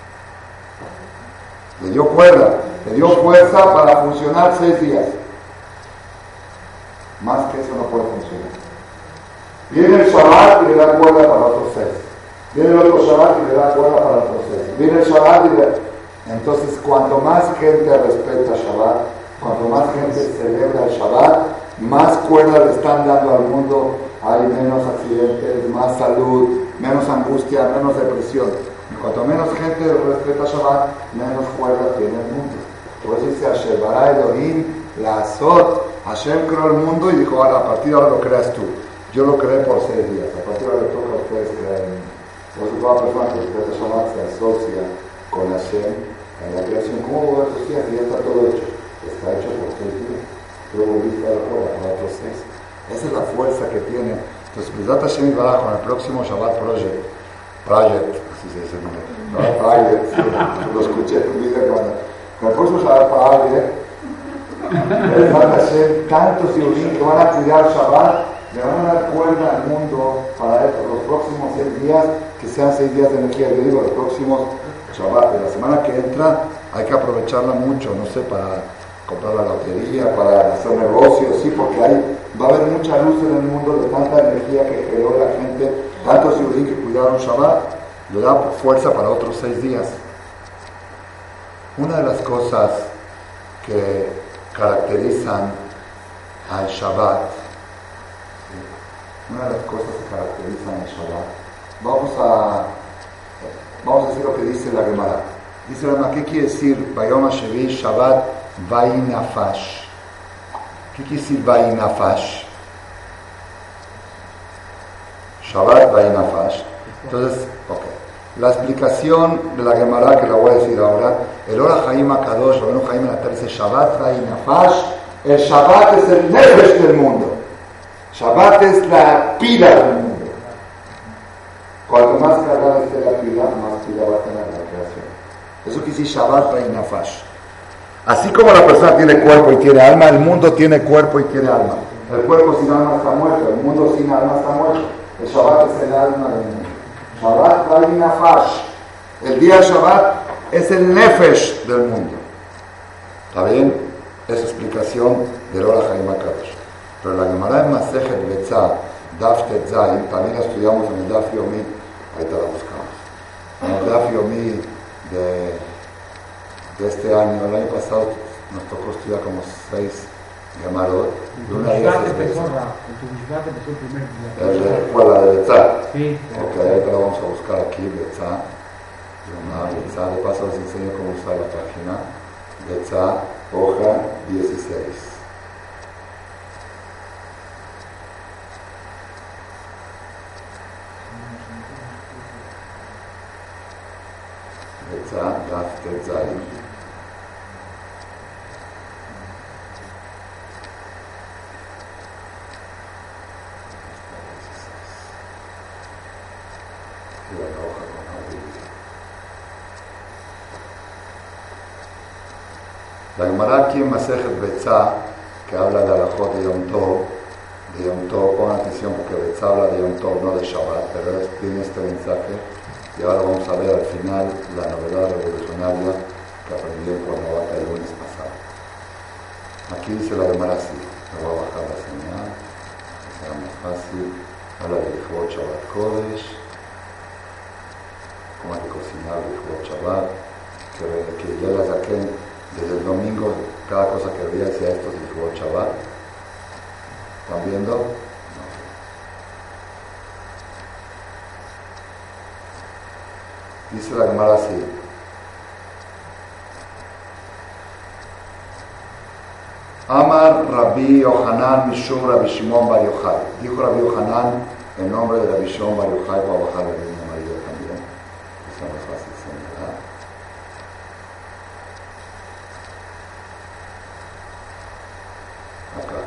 Le dio cuerda, le dio fuerza para funcionar seis días. Más que eso no puede funcionar. Viene el Shabbat y le da cuerda para otros seis. Viene el otro Shabbat y le da cuerda para otros seis. Viene el Shabbat y le... Entonces, cuanto más gente respeta Shabbat, cuanto más gente celebra el Shabbat, más cuerda le están dando al mundo. Hay menos accidentes, más salud, menos angustia, menos depresión. Y cuanto menos gente respeta Shabbat, menos cuerda tiene el mundo. Por eso dice Hashem, Bara Elohim, la Azot. Hashem creó el mundo y dijo, ahora a partir de ahora lo creas tú. Yo lo creé por seis días, a partir de ahora le toca a ustedes crear el mundo. Por eso toda persona que respeta Shabbat se asocia con Hashem en la creación. ¿Cómo voy a asociar si ya está todo hecho? Está hecho por seis días. Luego volviste a la cuerda para otros seis. Esa es la fuerza que tiene. Entonces, Bezrat Hashem Yitbaraj con el próximo Shabbat Project, Project, así se dice, no, Project, sí, lo escuché, dice que cuando, con el próximo Shabbat Project, Bezrat Hashem, tantos Yehudim que van a cuidar Shabbat, le van a dar cuerda al mundo para esto, los próximos seis días, que sean seis días de energía. Yo digo, los próximos Shabbat, de la semana que entra, hay que aprovecharla mucho, no sé, para comprar la lotería, para hacer negocios, sí, porque hay, va a haber mucha luz en el mundo de tanta energía que creó la gente, tantos judíos que cuidaron Shabbat, le da fuerza para otros seis días. Una de las cosas que caracterizan al Shabbat, ¿sí? una de las cosas que caracterizan al Shabbat, vamos a, vamos a decir lo que dice la Gemara. Dice la Gemara, ¿qué quiere decir Bayom HaShevi Shabbat Vainafash? ¿Qué quiere decir Vainafash? Shabbat Vainafash. Entonces, ok. La explicación de la Gemara, que la voy a decir ahora, el Ora Haim HaKadosh, Rabbeinu Haim Benatar dice, Shabbat Rai Nafash, el Shabbat es el Nefesh del mundo. Shabbat es la pila del mundo. Cuanto más cargada esté la pila, más pila va a tener la creación. Eso quiere decir Shabbat Rai Nafash. Así como la persona tiene cuerpo y tiene alma, el mundo tiene cuerpo y tiene alma. El cuerpo sin alma está muerto, el mundo sin alma está muerto. El Shabbat es el alma del mundo. Shabbat Rai Nafash. El día Shabbat es el Nefesh del mundo. ¿Está bien? Es explicación del Ora Haim HaKadosh. Pero la Gemara en Masejet Betzah, Daf Tetzayin, también la estudiamos en el Daf Yomi, ahí te la buscamos. En el Daf Yomi de, de este año, el año pasado nos tocó estudiar como seis Gemarot. En tu Mishkat empezó, en tu Mishkat empezó el primer día. ¿Cuál? La de Betzah. Sí. Ok, ahí te la vamos a buscar aquí, Betzah. Betzah, de paso les enseño cómo usar la página. Betzah, hoja dieciséis. Betzah, Daf Tetzayin. La Gemara aquí en Masejet Betzah, que habla de Alajot de Yom Tov, de Yom Tov, pongan atención porque Betzah habla de Yom Tov, no de Shabbat, pero es, tiene este mensaje, y ahora vamos a ver al final la novedad revolucionaria que aprendí en Cuernavaca el lunes pasado. Aquí dice la Gemara así, me voy a bajar la señal, que sea más fácil, habla de Lichvot Shabbat Kodesh, cómo hay que cocinar Lichvot Shabbat, que, que ya la saquen desde el domingo, cada cosa que veía decía esto es Lichvot Shabbat. ¿Están viendo? No. Dice la Gemara así. Amar Rabbi Yohanan Mishum Rabbi Shimon Bar Yochai. Dijo Rabbi Yohanan en nombre de Rabbi Shimon Bar Yochai, para bajar el niño amarillo también. Eso no es fácil señalar. Acá.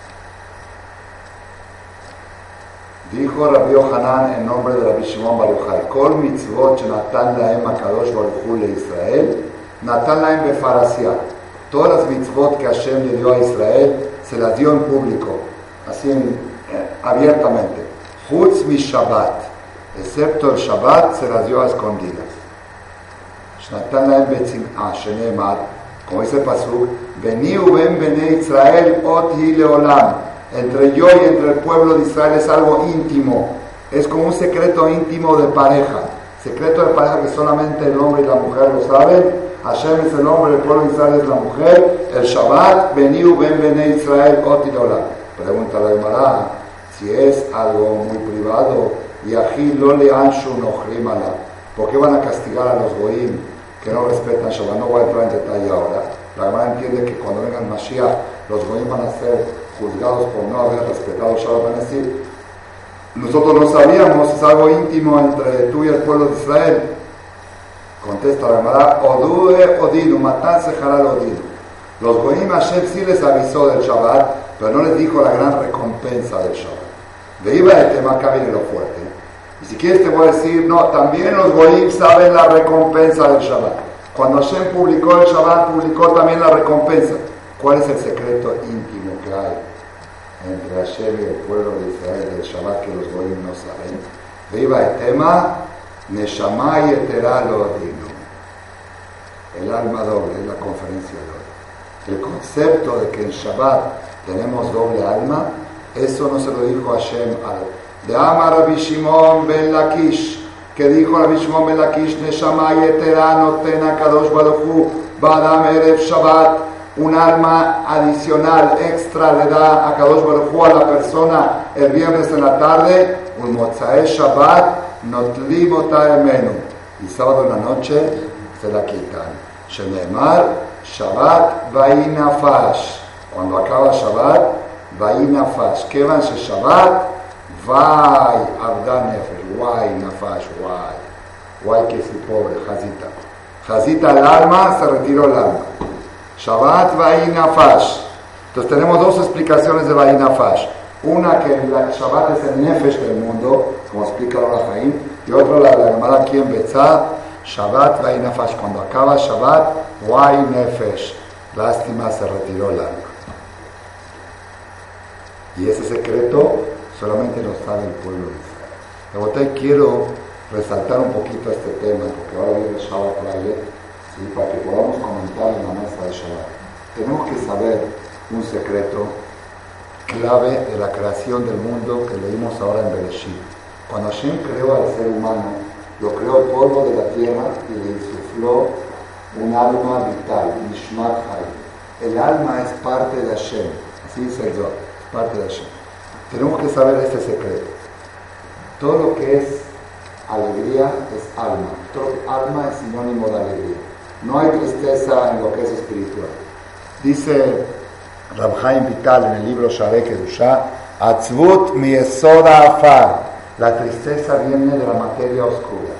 Dijo Rabbi Yohanan en nombre de Rabbi Shimon Bar Yochai, Kol mitzvot shenatan lahem HaKadosh Baruch Hu leIsrael, natan lahem befarasia. Todas las mitzvot que Hashem le dio a Israel, se las dio en público, así en, eh, abiertamente. Chutz mi Shabbat, excepto el Shabbat, se las dio a escondidas. Shenatan lahem betzim'ah, sheneemar, como dice el Pasuk, Beni uben bene Israel ot hi leolam. Entre yo y entre el pueblo de Israel es algo íntimo, es como un secreto íntimo de pareja, secreto de pareja que solamente el hombre y la mujer lo saben. Hashem es el hombre, el pueblo de Israel es la mujer. El Shabbat, Beni uben bene Israel ot hi leolam. Pregunta la Gemara, si es algo muy privado, y ají lo le anshu nochrim ala, ¿por qué van a castigar a los goyim que no respetan Shabbat? No voy a entrar en detalle ahora. La Gemara entiende que cuando venga el Mashiach, los goyim van a ser juzgados por no haber respetado Shabbat. Van a decir, nosotros no sabíamos, es algo íntimo entre tú y el pueblo de Israel. Contesta la Gemara, Odue Odinu, Matan Sejaral Odinu. Los goyim Hashem sí les avisó del Shabbat, pero no les dijo la gran recompensa del Shabbat. De iba el tema, acá viene lo fuerte. Y si quieres te voy a decir, no, también los goyim saben la recompensa del Shabbat. Cuando Hashem publicó el Shabbat, publicó también la recompensa. ¿Cuál es el secreto íntimo que hay entre Hashem y el pueblo de Israel del Shabbat que los goyim no saben? Viva el tema, Neshama y Eterá lo odinu. El alma doble, es la conferencia doble. El concepto de que en Shabbat tenemos doble alma, eso no se lo dijo Hashem al de Amar Rabbi Shimon ben Lakish, que dijo Rabbi Shimon ben Lakish, Neshama y Eterá noten HaKadosh Baruch Hu ba'adam erev Shabbat. Un alma adicional, extra, le da a Kadosh Baruch Hu a la persona el viernes en la tarde, un Motzae Shabbat, notlim ota emenu, y sábado en la noche se la quitan. Sheneemar, Shabbat vayi nafash. Cuando acaba Shabbat, vayi nafash. ¿Qué van a Shabbat? Vay, abda nefesh, vay, nafash, vay. o hay que decir pobre, Hazita. Hazita el alma, se retiró el alma. Shabbat Vainafash. Entonces tenemos dos explicaciones de Vainafash. Una que el Shabbat es el Nefesh del mundo, como explica el Rafaim, y otra la de la Gemara aquí en Betzá, Shabbat Vainafash. Cuando acaba Shabbat, Vainefesh. Lástima, se retiró el alma. Y ese secreto solamente lo sabe el pueblo de Israel. De Botay quiero resaltar un poquito este tema, porque ahora viene el Shabbat Rayet, ¿sí? Para que podamos comentar en la mesa de Shabbat. Tenemos que saber un secreto clave de la creación del mundo que leímos ahora en Bereshit. Cuando Hashem creó al ser humano, lo creó polvo de la tierra y le insufló un alma vital, Nishmat Hayim. El alma es parte de Hashem, así dice el Zohar, parte de Hashem. Tenemos que saber este secreto. Todo lo que es alegría es alma. Todo alma es sinónimo de alegría. No hay tristeza en lo que es espiritual. Dice Rab Chaim Vital en el libro Sharei Kedushá, Atzvut mi esoda afar. La tristeza viene de la materia oscura.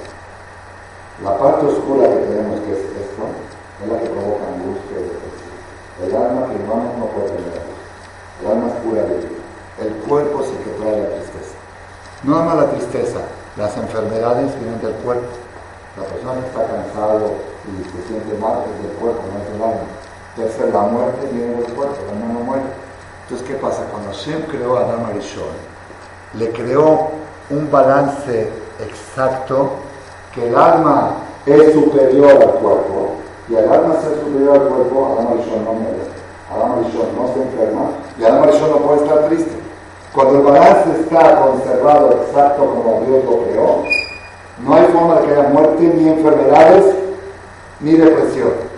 La parte oscura que tenemos, que es esto, es la que provoca angustia y depresión. El alma que no, no puede tener eso. El alma es pura alegría. El cuerpo es el que trae la tristeza. No nada más la tristeza, las enfermedades vienen del cuerpo. La persona que está cansado y se siente mal es del cuerpo, no es del alma. Entonces la muerte viene del cuerpo, el alma no muere. Entonces, ¿qué pasa? Cuando Hashem creó a Adam Arishon, le creó un balance exacto, que el alma es superior al cuerpo, y al alma ser superior al cuerpo, Adam Arishon no muere, Adam Arishon no se enferma, y Adam Arishon no puede estar triste. Cuando el balance está conservado exacto como Dios lo creó, no hay forma de que haya muerte, ni enfermedades, ni depresión.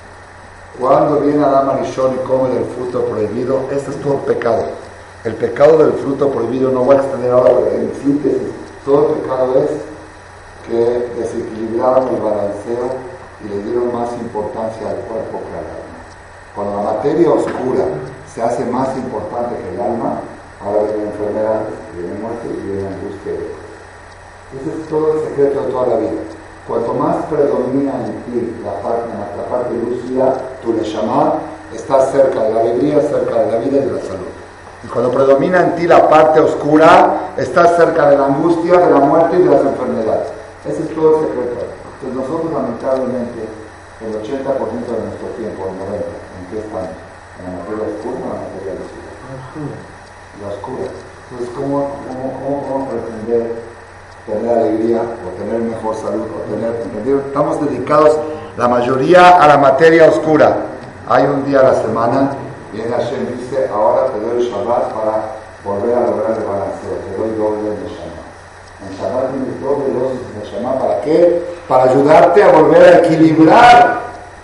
Cuando viene Adam Arishon y come del fruto prohibido, este es todo el pecado. El pecado del fruto prohibido, no voy a extender ahora, pero en síntesis, todo el pecado es que desequilibraron el balanceo y le dieron más importancia al cuerpo que al alma. Cuando la materia oscura se hace más importante que el alma, ahora viene enfermedades, viene muerte y viene angustia. Ese es todo el secreto de toda la vida. Cuanto más predomina en ti la parte, la parte lúcida, tu neshama, estás cerca de la alegría, cerca de la vida y de la salud. Y cuando predomina en ti la parte oscura, estás cerca de la angustia, de la muerte y de las enfermedades. Ese es todo el secreto. Entonces nosotros, lamentablemente, el ochenta por ciento de nuestro tiempo, el noventa por ciento, ¿en qué estamos? ¿En la materia oscura o en la materia lúcida? La oscura. La oscura. Entonces, ¿cómo, cómo, cómo podemos pretender tener alegría o tener mejor salud o tener... ¿entendido? Estamos dedicados la mayoría a la materia oscura. Hay un día a la semana, viene Hashem y dice, ahora te doy Shabbat para volver a lograr el balanceo, te doy doble de Shabbat. En Shabbat tienes doble dosis de Shabbat, ¿para qué? Para ayudarte a volver a equilibrar.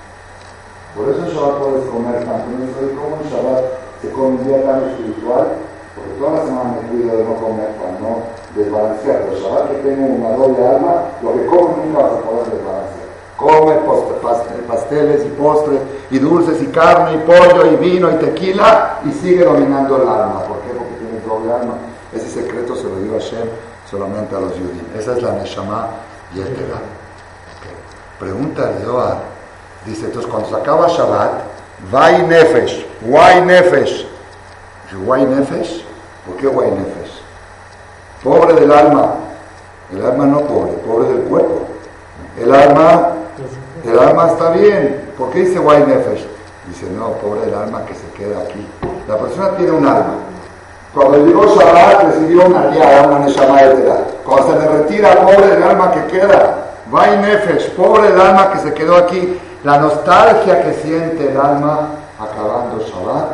Por eso en Shabbat puedes comer tanto. No sé cómo en Shabbat se come un día tan espiritual, porque toda la semana me cuido de no comer para no desbalancear. Pero Shabbat que tengo una doble alma, lo que como nunca vas a poder desbalancear. Come pasteles y postres y dulces y carne y pollo y vino y tequila y sigue dominando el alma. ¿Por qué? Porque tienes doble alma. Ese secreto se lo dio Hashem solamente a los Yudim. Esa es la Neshama y el Tera. Okay. Pregunta de Zohar. Dice, entonces cuando se acaba Shabbat, Vai Nefesh, Vai Nefesh. ¿Vai Nefesh? ¿Por qué Vai Nefesh? Pobre del alma. El alma no pobre, pobre del cuerpo. El alma, el alma está bien. ¿Por qué dice Vai Nefesh? Dice, no, pobre del alma que se queda aquí. La persona tiene un alma. Cuando llegó Shabbat recibió una aliada, una Neshama de Tera. Cuando se le retira, pobre del alma que queda. Vai Nefesh, pobre del alma que se quedó aquí. La nostalgia que siente el alma acabando Shabbat.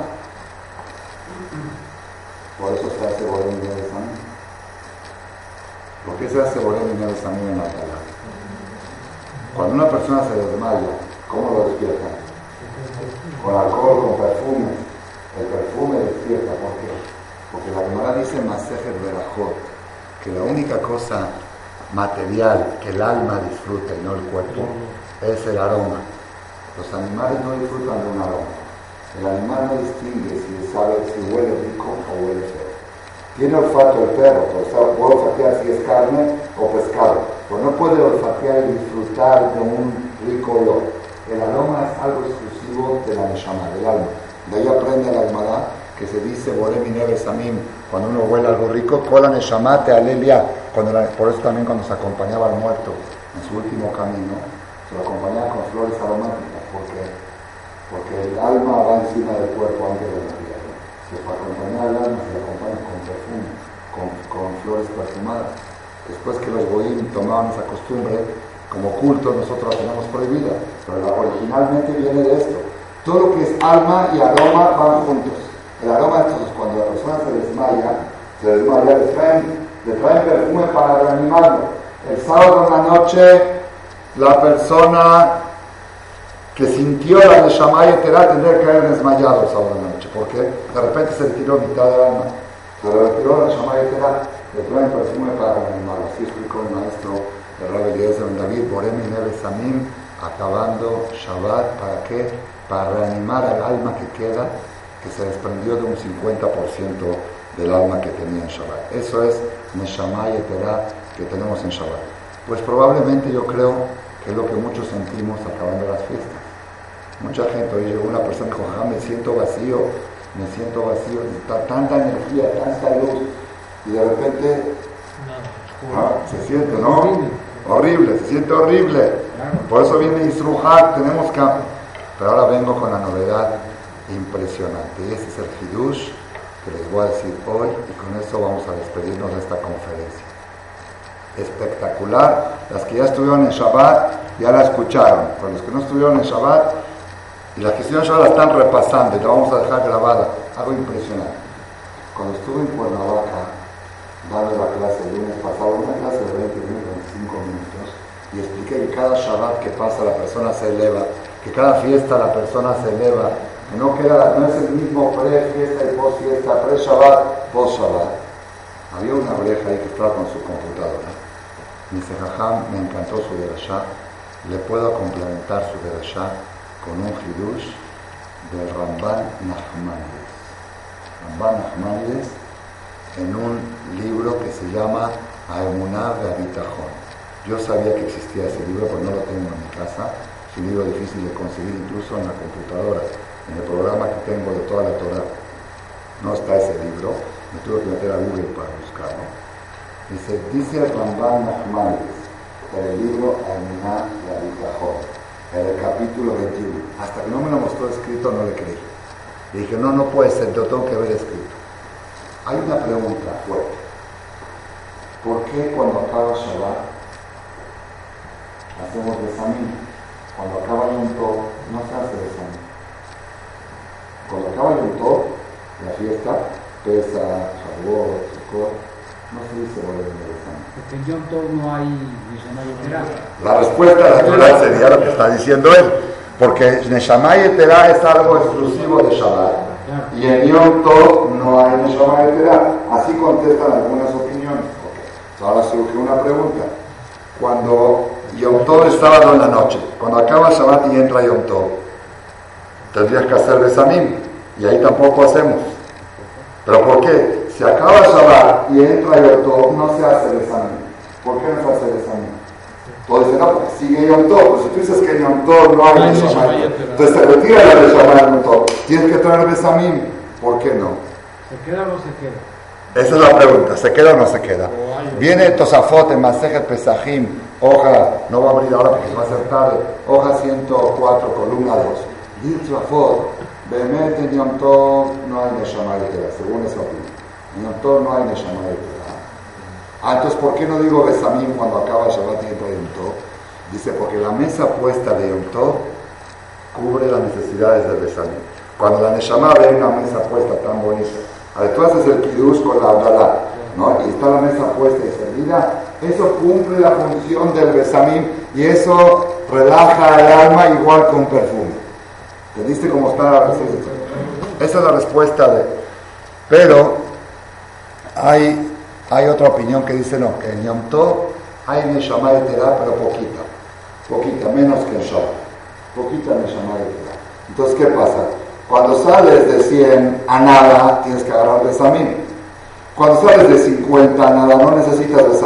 Por eso se hace Borem de Samim. ¿Por qué se hace Borem de Samim en la palabra? Cuando una persona se desmaya, ¿cómo lo despierta? Con alcohol, con perfume. El perfume despierta. ¿Por qué? Porque la Gemara dice Masejet Berajot, que la única cosa material que el alma disfruta y no el cuerpo es el aroma. Los animales no disfrutan de un aroma. El animal no distingue si sabe si huele rico o huele feo. Tiene olfato el perro, pero puede olfatear si es carne o pescado, pero no puede olfatear hablar de un rico olor. El aroma es algo exclusivo de la neshama, del alma. De ahí aprende la Gemara que se dice, Borem Ineve Samim, cuando uno huele algo rico, Kola Neshama te alelia, cuando la, por eso también cuando se acompañaba al muerto en su último camino, se lo acompañaba con flores aromáticas, porque, porque el alma va encima del cuerpo antes de la vida. Si para acompañar al alma se lo acompaña con perfume, con, con flores perfumadas. Después que los goyim tomaban esa costumbre, como culto nosotros la tenemos prohibida, pero la, originalmente viene de esto. Todo lo que es alma y aroma van juntos. El aroma, entonces, cuando la persona se desmaya, se desmaya, le traen, le traen perfume para reanimarlo. El sábado en la noche, la persona que sintió la Neshama Yetera tendría que haber desmayado el sábado en la noche. ¿Por qué? De repente se retiró mitad del alma. Se retiró la Neshama Yetera, le traen perfume para reanimarlo. Así explicó el maestro el Rabbi Eliezer Ben David, Borem Ineve Samim, acabando Shabbat. ¿Para qué? Para reanimar al alma que queda, que se desprendió de un cincuenta por ciento del alma que tenía en Shabbat. Eso es Neshama Yetera que tenemos en Shabbat. Pues probablemente yo creo que es lo que muchos sentimos acabando las fiestas. Mucha gente, hoy llegó una persona y dijo, ah, me siento vacío, me siento vacío, está tanta energía, tanta luz, y de repente ah, se siente, ¿no? Horrible. horrible, se siente horrible. Por eso viene Yisruhat, tenemos que... Pero ahora vengo con la novedad impresionante, y ese es el Hidush que les voy a decir hoy, y con eso vamos a despedirnos de esta conferencia. Espectacular, las que ya estuvieron en Shabbat ya la escucharon, pero los que no estuvieron en Shabbat y las que estuvieron en Shabbat la están repasando y la vamos a dejar grabada. Algo impresionante. Cuando estuve en Cuernavaca dando la clase el lunes pasado, una clase de veinte minutos, veinticinco minutos, y expliqué que cada Shabbat que pasa la persona se eleva, que cada fiesta la persona se eleva, que no, queda, no es el mismo pre-fiesta y post-fiesta, pre-Shabbat, post-Shabbat. Había una oreja ahí que estaba con su computadora. Mi Sejajam me encantó su derashá. Le puedo complementar su derashá con un hidush del Ramban Nachmanides. Ramban Nachmanides en un libro que se llama Aemuná Ve'Abitajón. Yo sabía que existía ese libro, pero no lo tengo en mi casa. Es un libro difícil de conseguir incluso en la computadora. En el programa que tengo de toda la Torah no está ese libro. Me tuve que meter a Google para buscarlo. Dice, dice Ramban Nachmanides en el libro Aemuná Ve'Abitajón, en el capítulo veintiuno. Hasta que no me lo mostró escrito no le creí. Le dije, no, no puede ser, yo tengo que ver escrito. Hay una pregunta fuerte. ¿Por qué cuando acaba Shabbat hacemos besamín? Cuando acaba Yom Tov no se hace besamín. Cuando acaba Yom Tov, la fiesta, Pesa, Shavuot, Sukkot, no se dice volver de besamín. Porque en Yom Tov no hay Neshama Yetera. La respuesta natural sería lo que está diciendo él. Porque Neshama Yetera es algo exclusivo de Shabbat. Y en Yom Tov no hay Neshama Yetera. Así contestan algunas opiniones. Okay. Ahora surge una pregunta. Cuando Yom Tov es sábado en la noche, cuando acaba Shabbat y entra Yom Tov, tendrías que hacer besamín. Y ahí tampoco hacemos. ¿Pero por qué? Si acaba Shabbat y entra Yom Tov, no se hace besamín. ¿Por qué no se hace besamín? Todos dicen, no, porque sigue Yom Tov. Pero si tú dices que en Yom Tov no hay Neshama Yetera, entonces te retira la Neshama Yom Tov. Tienes que traer besamín. ¿Por qué no? ¿Se queda o no se queda? Esa es la pregunta, ¿se queda o no se queda? Viene Tosafot en Masejet Pesachim, hoja, no va a abrir ahora porque se va a hacer tarde, hoja ciento cuatro, columna dos. Dice Tosafot, Behemet en Yom Tov no hay Neshama Yetera, según esa opinión. En Yom Tov no hay Neshama Yetera. Ah, entonces, ¿por qué no digo Besamim cuando acaba Shabbat y entra Yom Tov? Dice, porque la mesa puesta de Yom Tov cubre las necesidades del Besamim. Cuando la Neshama ve una mesa puesta tan bonita, a ver, tú haces el Kiddush con la Abdalá, ¿no? Y está la mesa puesta y servida, eso cumple la función del Besamim y eso relaja el alma igual que un perfume. ¿Entendiste cómo está la respuesta? Esa es la respuesta de... Pero hay, hay otra opinión que dice no, que en Yom Tov hay Neshama Yetera, pero poquita, poquita, menos que en Shabbat, poquita Neshama Yetera. Entonces, ¿qué pasa? Cuando sales de cien a nada, tienes que agarrar besamín. Cuando sales de cincuenta a nada, no necesitas besamín.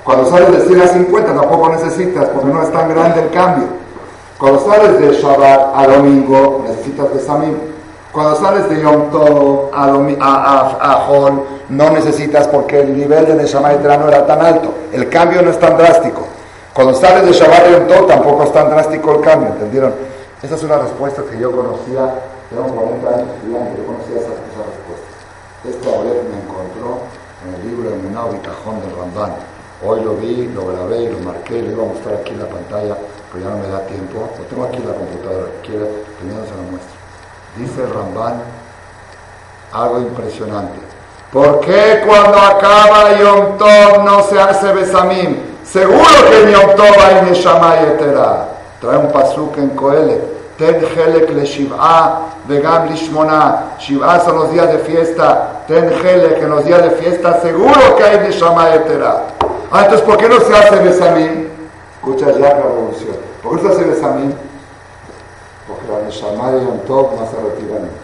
Cuando sales de cien a cincuenta tampoco necesitas, porque no es tan grande el cambio. Cuando sales de Shabbat a domingo, necesitas Besamim. Cuando sales de Yom Tov a, domi- a, a, a Hol, no necesitas, porque el nivel de Neshama Yetera no era tan alto. El cambio no es tan drástico. Cuando sales de Shabbat a Yom Tov tampoco es tan drástico el cambio, ¿entendieron? Esa es una respuesta que yo conocía, tengo cuarenta años estudiando, yo conocía esa, esa respuesta. Este Abreu me encontró en el libro de Emuná Ubitachon del Ramban. Hoy lo vi, lo grabé y lo marqué, lo iba a mostrar aquí en la pantalla, pero ya no me da tiempo. Lo tengo aquí en la computadora, quiere, teniendo se lo muestro. Dice el Ramban algo impresionante. ¿Por qué cuando acaba Yom Tov no se hace Besamim? Seguro que en Yom Tov hay Neshama Yetera. Trae un pasuk en Kohelet. Ten Helek le Shiv'a vegam lishmona. Shiv'a son los días de fiesta. Ten Helek en los días de fiesta. Seguro que hay Neshama Yetera. Ah, entonces, ¿por qué no se hace Besamim? Escucha ya la revolución. ¿Por qué no se hace Besamim? Porque la Neshama de Yom Tov no se retira nunca.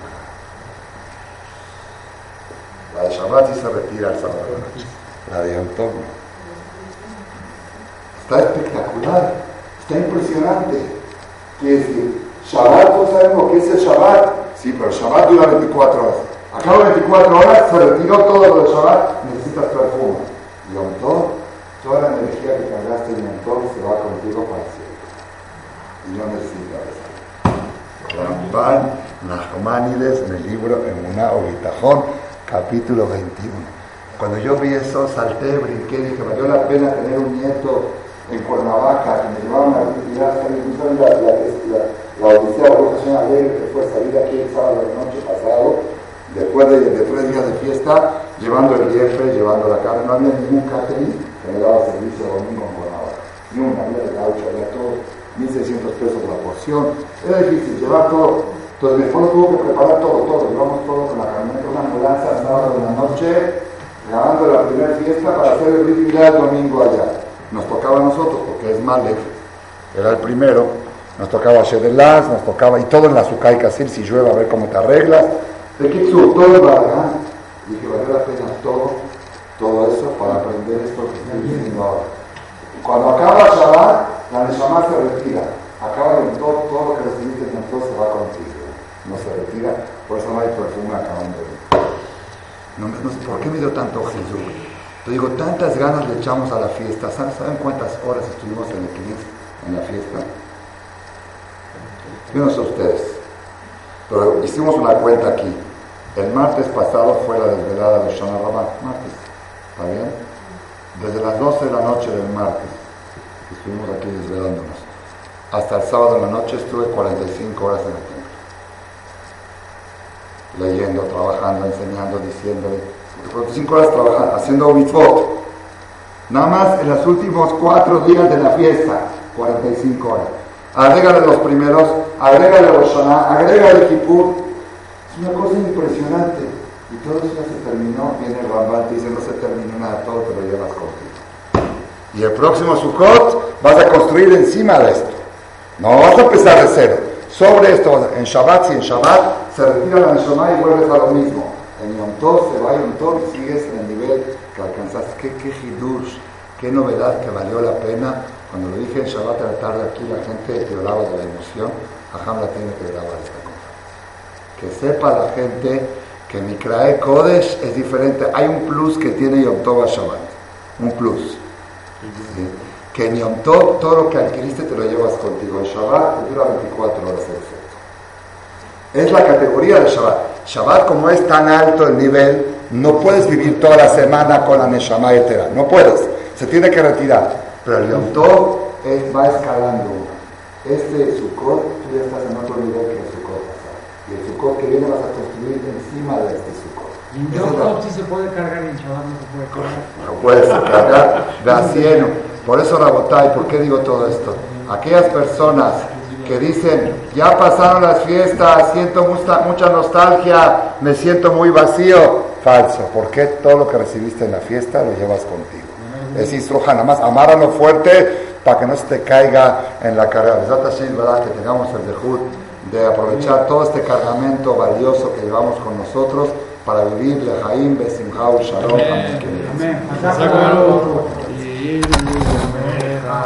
La de Shabbat sí se retira el sábado. La de Yom Tov no. Está espectacular, está impresionante. Quiere decir, Shabbat, todos sabemos que es el Shabbat. Sí, pero el Shabbat dura veinticuatro horas. Acabo veinticuatro horas, se retiró todo lo de Shabbat, necesitas perfume. Yom Tov, toda la energía que cargaste en Yom Tov se va contigo para siempre. Y no necesitas eso. Ramban Nachmanides en el libro Emuná Ubitachon, capítulo veintiuno. Cuando yo vi eso, salté, brinqué, dije, valió la pena tener un nieto en Cuernavaca, que me llevaron a retirar, incluso la, la, la, la Odisea de Vocación Alegre, que fue salir aquí el sábado de noche pasado, después de, de tres días de fiesta, llevando el jefe, llevando la carne. No había ningún catering que me daba servicio domingo en Cuernavaca, ni una, había de gaucho, había todo, mil seiscientos pesos la porción. Era difícil llevar todo. Entonces mi esposo tuvo que preparar todo, todo. Llevamos todo con la camioneta, una ambulancia el sábado de la noche, grabando la primera fiesta para hacer el Brit Milá el domingo allá. Nos tocaba a nosotros, porque es Malek, era el primero, nos tocaba Shedelaz, nos tocaba, y todo en la Sukkah y Kasir, si llueve a ver cómo te arreglas. De Kitsur, todo el Baragán. Dije, vale la pena todo, todo eso para aprender esto que estoy diciendo ahora. Cuando acaba Shabbat, la Neshama se retira. Acaba en todo, todo lo que recibiste en todo se va contigo. No se retira, por eso no hay perfume acabando de no, no sé por qué me dio tanto Jesús. Te digo, tantas ganas le echamos a la fiesta. ¿Saben, ¿saben cuántas horas estuvimos en el Knis, en la fiesta? Yo no sé ustedes, pero hicimos una cuenta aquí. El martes pasado fue la desvelada de Shana Rabbah, martes, ¿está bien? Desde las doce de la noche del martes, estuvimos aquí desvelándonos, hasta el sábado de la noche estuve cuarenta y cinco horas en el templo. Leyendo, trabajando, enseñando, diciéndole, cuarenta y cinco horas trabajando, haciendo mitzvot. Nada más en los últimos cuatro días de la fiesta, cuarenta y cinco horas. Agrégale los primeros, agrégale Rosh Hashanah, agrégale Kippur. Es una cosa impresionante. Y todo eso ya se terminó. Viene el Rambam, dice, no se terminó nada, todo te lo llevas contigo. Y el próximo Sukkot vas a construir encima de esto. No vas a empezar de cero. Sobre esto, en Shabbat, si en Shabbat se retira la Neshama y vuelves a lo mismo. En Yom Tov se va Yom Tov y sigues en el nivel que alcanzaste. Qué, qué hidush, qué novedad que valió la pena. Cuando lo dije en Shabbat a la tarde aquí, la gente lloraba de la emoción. Ajam la tiene que grabar esta conferencia. Que sepa la gente que Mikrae Kodesh es diferente. Hay un plus que tiene Yom Tov a Shabbat. Un plus. ¿Sí? Que en Yom Tov todo lo que adquiriste te lo llevas contigo. En Shabbat te dura veinticuatro horas el efecto. Es la categoría de Shabbat. Shabbat, como es tan alto el nivel, no puedes vivir toda la semana con la Neshama Yetera. No puedes. Se tiene que retirar. Pero el Yom Tov es, va escalando. Este Sukkot, tú ya estás en otro nivel que el Sukkot pasado. Y el Sukkot que viene vas a construir encima de este Sukkot. Y en Yom Tov sí se puede cargar y en Shabbat no se puede cargar. No puedes cargar de a cien. Por eso, Rabotay, ¿por qué digo todo esto? Aquellas personas que dicen, ya pasaron las fiestas, siento mucha, mucha nostalgia, me siento muy vacío. Falso, porque todo lo que recibiste en la fiesta lo llevas contigo. Es instruja, nada más amárralo fuerte para que no se te caiga en la carrera. ¿Verdad? Que tengamos el dejud de aprovechar todo este cargamento valioso que llevamos con nosotros para vivir Lejaim, Besimha, Shalom. Amén. Amén. bien, muy bien.